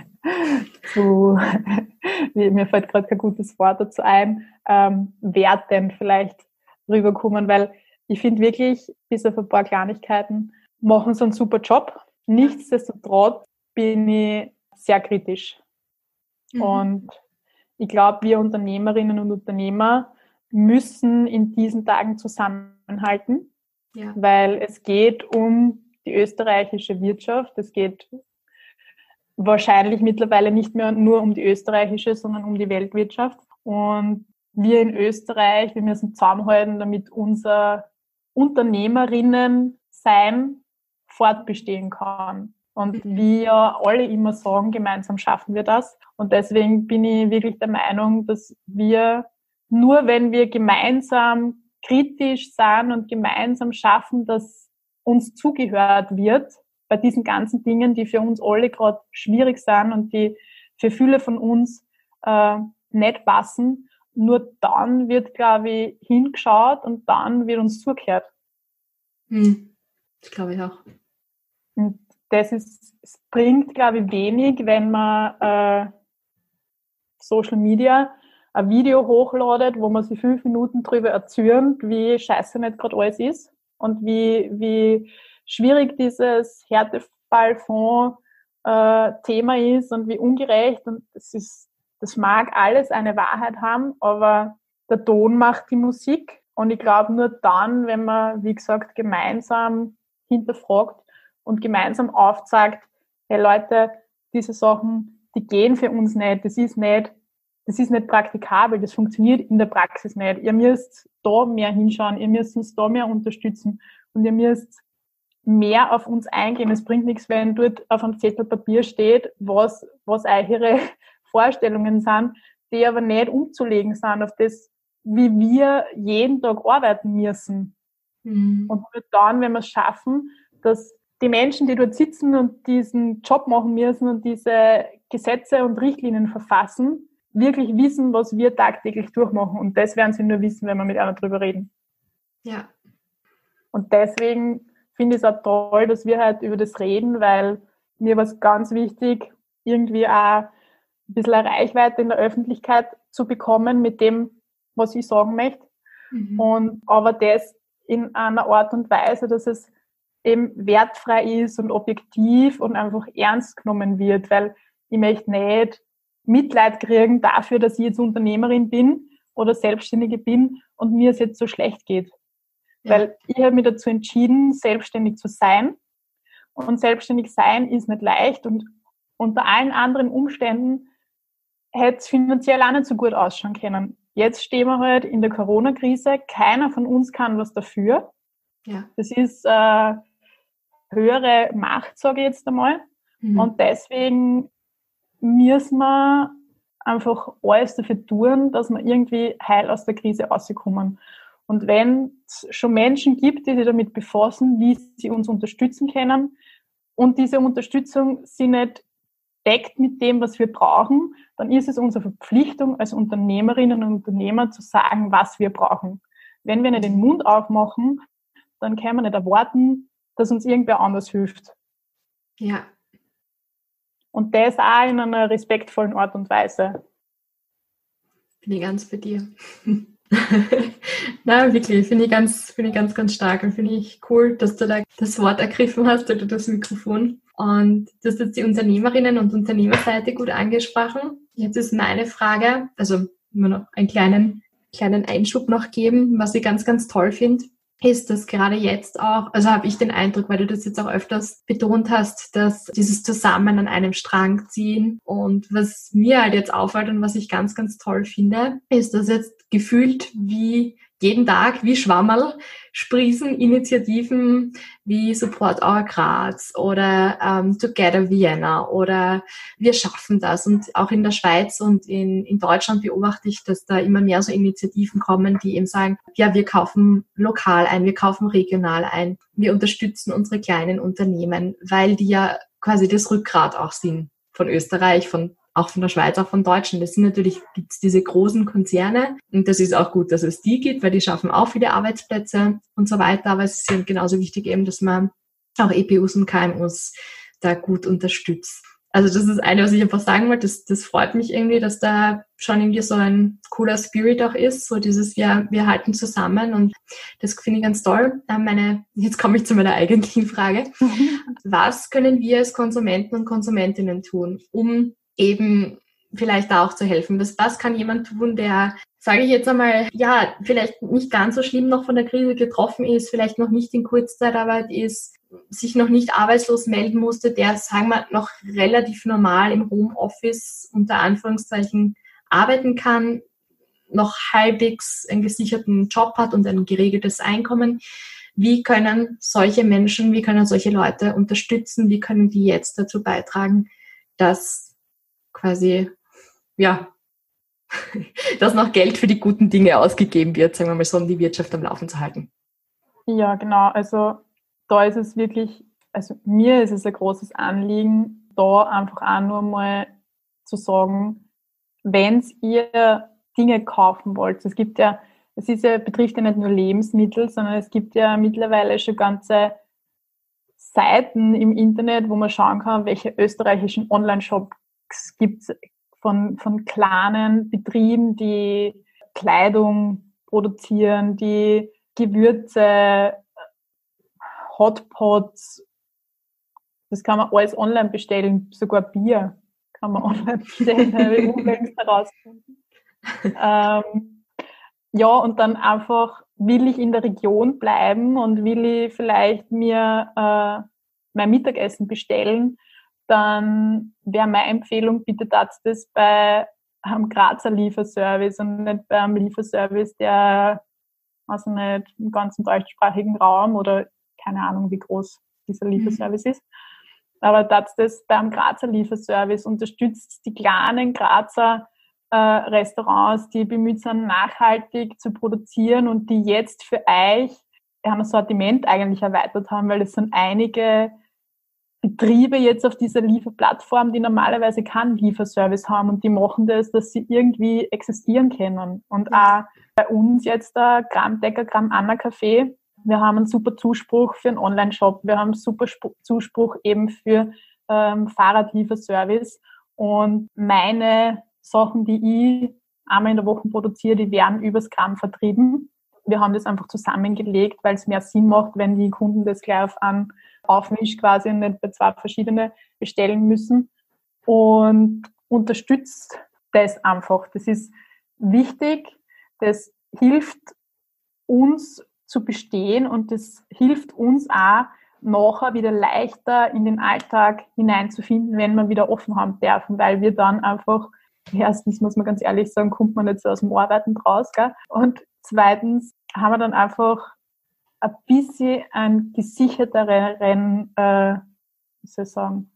zu mir fällt gerade kein gutes Wort dazu ein, ähm, wertend vielleicht rüberkommen, weil ich finde wirklich, bis auf ein paar Kleinigkeiten, machen sie einen super Job. Nichtsdestotrotz bin ich sehr kritisch. Mhm. Und ich glaube, wir Unternehmerinnen und Unternehmer müssen in diesen Tagen zusammenhalten, ja. Weil es geht um die österreichische Wirtschaft. Es geht wahrscheinlich mittlerweile nicht mehr nur um die österreichische, sondern um die Weltwirtschaft. Und wir in Österreich, wir müssen zusammenhalten, damit unser Unternehmerinnen-Sein fortbestehen kann. Und wie ja alle immer sagen, gemeinsam schaffen wir das. Und deswegen bin ich wirklich der Meinung, dass wir nur, wenn wir gemeinsam kritisch sind und gemeinsam schaffen, dass uns zugehört wird, bei diesen ganzen Dingen, die für uns alle gerade schwierig sind und die für viele von uns äh, nicht passen, nur dann wird, glaube ich, hingeschaut und dann wird uns zugehört. Hm. Das glaube ich auch. Und das ist, es bringt, glaube ich, wenig, wenn man äh, Social Media ein Video hochladet, wo man sich fünf Minuten drüber erzählt, wie scheiße nicht gerade alles ist und wie, wie schwierig dieses Härtefallfonds-Thema äh, ist und wie ungerecht. Und das ist, das mag alles eine Wahrheit haben, aber der Ton macht die Musik. Und ich glaube, nur dann, wenn man, wie gesagt, gemeinsam hinterfragt und gemeinsam aufzeigt, hey Leute, diese Sachen, die gehen für uns nicht, das ist nicht, das ist nicht praktikabel, das funktioniert in der Praxis nicht. Ihr müsst da mehr hinschauen, ihr müsst uns da mehr unterstützen und ihr müsst mehr auf uns eingehen. Es bringt nichts, wenn dort auf einem Zettel Papier steht, was, was eure Vorstellungen sind, die aber nicht umzulegen sind auf das, wie wir jeden Tag arbeiten müssen. Mhm. Und nur dann, wenn wir es schaffen, dass die Menschen, die dort sitzen und diesen Job machen müssen und diese Gesetze und Richtlinien verfassen, wirklich wissen, was wir tagtäglich durchmachen. Und das werden sie nur wissen, wenn wir mit einer drüber reden. Ja. Und deswegen finde ich es auch toll, dass wir halt über das reden, weil mir war es ganz wichtig, irgendwie auch ein bisschen eine Reichweite in der Öffentlichkeit zu bekommen mit dem, was ich sagen möchte. Mhm. Und aber das in einer Art und Weise, dass es eben wertfrei ist und objektiv und einfach ernst genommen wird, weil ich möchte nicht Mitleid kriegen dafür, dass ich jetzt Unternehmerin bin oder Selbstständige bin und mir es jetzt so schlecht geht. Ja. Weil ich habe mich dazu entschieden, selbstständig zu sein. Und selbstständig sein ist nicht leicht und unter allen anderen Umständen hätte es finanziell auch nicht so gut ausschauen können. Jetzt stehen wir halt in der Corona-Krise. Keiner von uns kann was dafür. Ja. Das ist äh, höhere Macht, sage ich jetzt einmal. Mhm. Und deswegen müssen wir einfach alles dafür tun, dass wir irgendwie heil aus der Krise rauskommen. Und wenn es schon Menschen gibt, die sich damit befassen, wie sie uns unterstützen können und diese Unterstützung sie nicht deckt mit dem, was wir brauchen, dann ist es unsere Verpflichtung als Unternehmerinnen und Unternehmer zu sagen, was wir brauchen. Wenn wir nicht den Mund aufmachen, dann können wir nicht erwarten, dass uns irgendwer anders hilft. Ja. Und das auch in einer respektvollen Art und Weise. Bin ich ganz bei dir. Na, wirklich, finde ich ganz, finde ich ganz, ganz stark und finde ich cool, dass du da das Wort ergriffen hast oder das Mikrofon. Und du hast jetzt die Unternehmerinnen und Unternehmerseite gut angesprochen. Jetzt ist meine Frage, also immer noch einen kleinen, kleinen Einschub noch geben, was ich ganz, ganz toll finde. ist, dass gerade jetzt auch, also habe ich den Eindruck, weil du das jetzt auch öfters betont hast, dass dieses Zusammen an einem Strang ziehen, und was mir halt jetzt auffällt und was ich ganz, ganz toll finde, ist, dass jetzt gefühlt wie jeden Tag wie Schwammerl sprießen Initiativen wie Support Our Graz oder ähm, Together Vienna oder Wir schaffen das. Und auch in der Schweiz und in, in Deutschland beobachte ich, dass da immer mehr so Initiativen kommen, die eben sagen, ja, wir kaufen lokal ein, wir kaufen regional ein, wir unterstützen unsere kleinen Unternehmen, weil die ja quasi das Rückgrat auch sind von Österreich, von auch von der Schweiz, auch von Deutschland. Das sind natürlich, gibt es diese großen Konzerne, und das ist auch gut, dass es die gibt, weil die schaffen auch viele Arbeitsplätze und so weiter, aber es ist ja genauso wichtig eben, dass man auch E P Us und K M Us da gut unterstützt. Also das ist das eine, was ich einfach sagen wollte, das, das freut mich irgendwie, dass da schon irgendwie so ein cooler Spirit auch ist, so dieses, wir, wir halten zusammen, und das finde ich ganz toll. Meine, jetzt komme ich zu meiner eigentlichen Frage. Was können wir als Konsumenten und Konsumentinnen tun, um eben vielleicht da auch zu helfen? Was, was kann jemand tun, der, sage ich jetzt einmal, ja, vielleicht nicht ganz so schlimm noch von der Krise getroffen ist, vielleicht noch nicht in Kurzzeitarbeit ist, sich noch nicht arbeitslos melden musste, der, sagen wir, noch relativ normal im Homeoffice unter Anführungszeichen arbeiten kann, noch halbwegs einen gesicherten Job hat und ein geregeltes Einkommen. Wie können solche Menschen, wie können solche Leute unterstützen, wie können die jetzt dazu beitragen, dass quasi, ja, dass noch Geld für die guten Dinge ausgegeben wird, sagen wir mal so, um die Wirtschaft am Laufen zu halten? Ja, genau. Also da ist es wirklich, also mir ist es ein großes Anliegen, da einfach auch nur mal zu sagen, wenn ihr Dinge kaufen wollt, es gibt ja, es ist ja, betrifft ja nicht nur Lebensmittel, sondern es gibt ja mittlerweile schon ganze Seiten im Internet, wo man schauen kann, welche österreichischen Online-Shops gibt es von, von kleinen Betrieben, die Kleidung produzieren, die Gewürze, Hotpots, das kann man alles online bestellen, sogar Bier kann man online bestellen, habe ich unlängst herausgefunden. ähm, ja, und dann einfach, will ich in der Region bleiben und will ich vielleicht mir äh, mein Mittagessen bestellen, dann wäre meine Empfehlung, bitte tat das bei einem Grazer Lieferservice und nicht bei einem Lieferservice, der, also nicht im ganzen deutschsprachigen Raum oder keine Ahnung, wie groß dieser Lieferservice mhm. ist. Aber tat das bei einem Grazer Lieferservice, unterstützt die kleinen Grazer äh, Restaurants, die bemüht sind, nachhaltig zu produzieren und die jetzt für euch ein Sortiment eigentlich erweitert haben, weil es sind einige Betriebe jetzt auf dieser Lieferplattform, die normalerweise keinen Lieferservice haben, und die machen das, dass sie irgendwie existieren können. Und auch bei uns jetzt der Gramm-Decker, Gramm-Anna-Café, wir haben einen super Zuspruch für einen Online-Shop, wir haben einen super Zuspruch eben für ähm, Fahrradlieferservice, und meine Sachen, die ich einmal in der Woche produziere, die werden übers Gramm vertrieben. Wir haben das einfach zusammengelegt, weil es mehr Sinn macht, wenn die Kunden das gleich auf einen Aufmisch quasi und nicht bei zwei verschiedene bestellen müssen, und unterstützt das einfach. Das ist wichtig, das hilft uns zu bestehen, und das hilft uns auch, nachher wieder leichter in den Alltag hineinzufinden, wenn wir wieder offen haben dürfen, weil wir dann einfach, erstens muss man ganz ehrlich sagen, kommt man nicht so aus dem Arbeiten raus, gell? Und zweitens haben wir dann einfach ein bisschen einen gesicherteren, äh, wie soll ich sagen,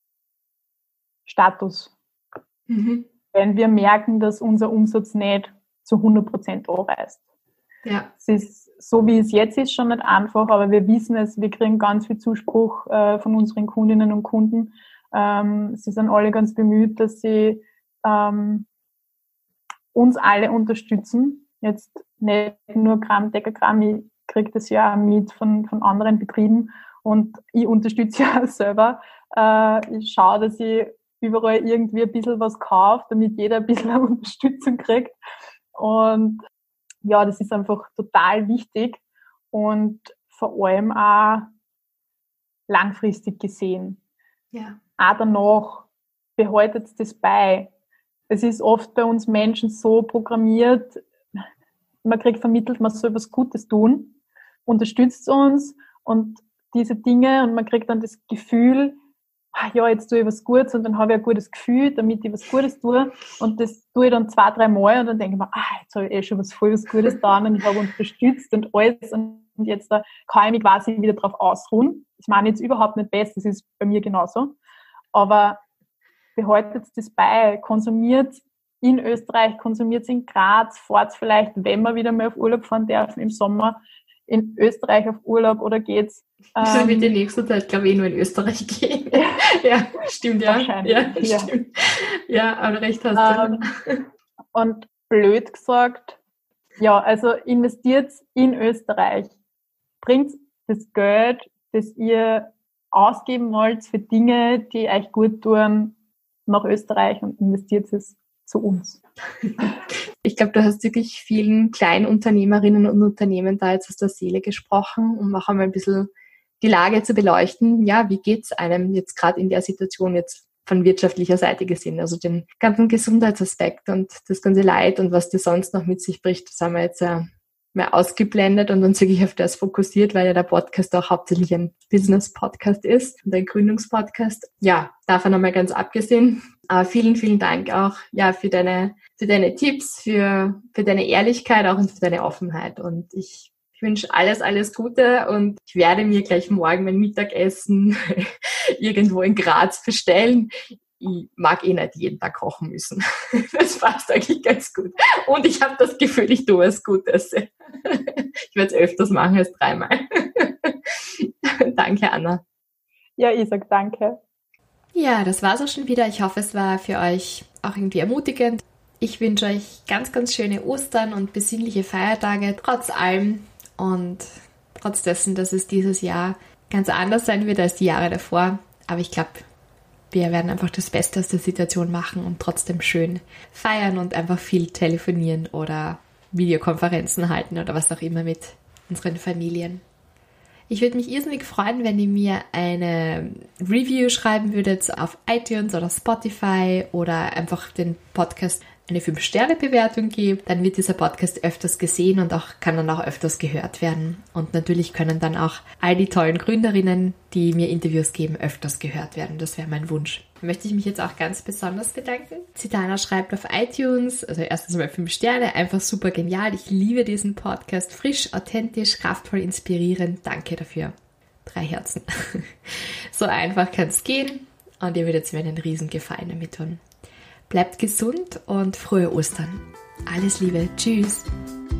Status. Mhm. Wenn wir merken, dass unser Umsatz nicht zu hundert Prozent anreißt. Ja. Es ist, so wie es jetzt ist, schon nicht einfach, aber wir wissen es, wir kriegen ganz viel Zuspruch äh, von unseren Kundinnen und Kunden. Ähm, sie sind alle ganz bemüht, dass sie ähm, uns alle unterstützen. Jetzt nicht nur Gramm, Decker, Gramm, ich kriege das ja auch mit von, von anderen Betrieben, und ich unterstütze ja selber. Äh, ich schaue, dass ich überall irgendwie ein bisschen was kaufe, damit jeder ein bisschen Unterstützung kriegt. Und ja, das ist einfach total wichtig und vor allem auch langfristig gesehen. Ja. Auch danach behaltet das bei. Es ist oft bei uns Menschen so programmiert, man kriegt vermittelt, man soll was Gutes tun. unterstützt uns und diese Dinge und man kriegt dann das Gefühl, ah, ja, jetzt tue ich was Gutes und dann habe ich ein gutes Gefühl, damit ich was Gutes tue und das tue ich dann zwei, drei Mal und dann denke ich mir, ah, jetzt habe ich eh schon was voll was Gutes getan und ich habe unterstützt und alles und jetzt da kann ich mich quasi wieder drauf ausruhen. Ich meine jetzt überhaupt nicht besser, das ist bei mir genauso, aber behaltet das bei, konsumiert in Österreich, konsumiert in Graz, fahrt vielleicht, wenn wir wieder mal auf Urlaub fahren dürfen im Sommer, in Österreich auf Urlaub oder geht's? Also ähm, wird die nächste Zeit, glaube ich, eh nur in Österreich gehen. Ja, stimmt, ja. Wahrscheinlich, Ja, ja. stimmt. Ja, aber recht hast du. Ähm, und blöd gesagt, ja, also investiert in Österreich. Bringt das Geld, das ihr ausgeben wollt für Dinge, die euch gut tun, nach Österreich und investiert es zu uns. Ich glaube, du hast wirklich vielen Kleinunternehmerinnen und Unternehmen da jetzt aus der Seele gesprochen, um auch einmal ein bisschen die Lage zu beleuchten. Ja, wie geht's einem jetzt gerade in der Situation jetzt von wirtschaftlicher Seite gesehen? Also den ganzen Gesundheitsaspekt und das ganze Leid und was das sonst noch mit sich bricht, das haben wir jetzt ja mehr ausgeblendet und uns wirklich auf das fokussiert, weil ja der Podcast auch hauptsächlich ein Business-Podcast ist und ein Gründungspodcast. Ja, davon einmal ganz abgesehen. Aber vielen, vielen Dank auch ja für deine für deine Tipps, für für deine Ehrlichkeit auch und für deine Offenheit. Und ich, ich wünsche alles, alles Gute und ich werde mir gleich morgen mein Mittagessen irgendwo in Graz bestellen. Ich mag eh nicht jeden Tag kochen müssen. Das passt eigentlich ganz gut. Und ich habe das Gefühl, ich tue was Gutes. Ich werde es öfters machen als dreimal. Danke, Anna. Ja, ich sag danke. Ja, das war's auch schon wieder. Ich hoffe, es war für euch auch irgendwie ermutigend. Ich wünsche euch ganz, ganz schöne Ostern und besinnliche Feiertage, trotz allem und trotz dessen, dass es dieses Jahr ganz anders sein wird als die Jahre davor. Aber ich glaube, wir werden einfach das Beste aus der Situation machen und trotzdem schön feiern und einfach viel telefonieren oder Videokonferenzen halten oder was auch immer mit unseren Familien. Ich würde mich irrsinnig freuen, wenn ihr mir eine Review schreiben würdet auf iTunes oder Spotify oder einfach den Podcast eine fünf Sterne Bewertung gebt. Dann wird dieser Podcast öfters gesehen und auch kann dann auch öfters gehört werden. Und natürlich können dann auch all die tollen Gründerinnen, die mir Interviews geben, öfters gehört werden. Das wäre mein Wunsch. Möchte ich mich jetzt auch ganz besonders bedanken. Zitana schreibt auf iTunes, also erstens mal fünf Sterne, einfach super genial. Ich liebe diesen Podcast. Frisch, authentisch, kraftvoll, inspirierend. Danke dafür. Drei Herzen. So einfach kann es gehen und ihr würdet mir einen riesen Gefallen damit tun. Bleibt gesund und frohe Ostern. Alles Liebe. Tschüss.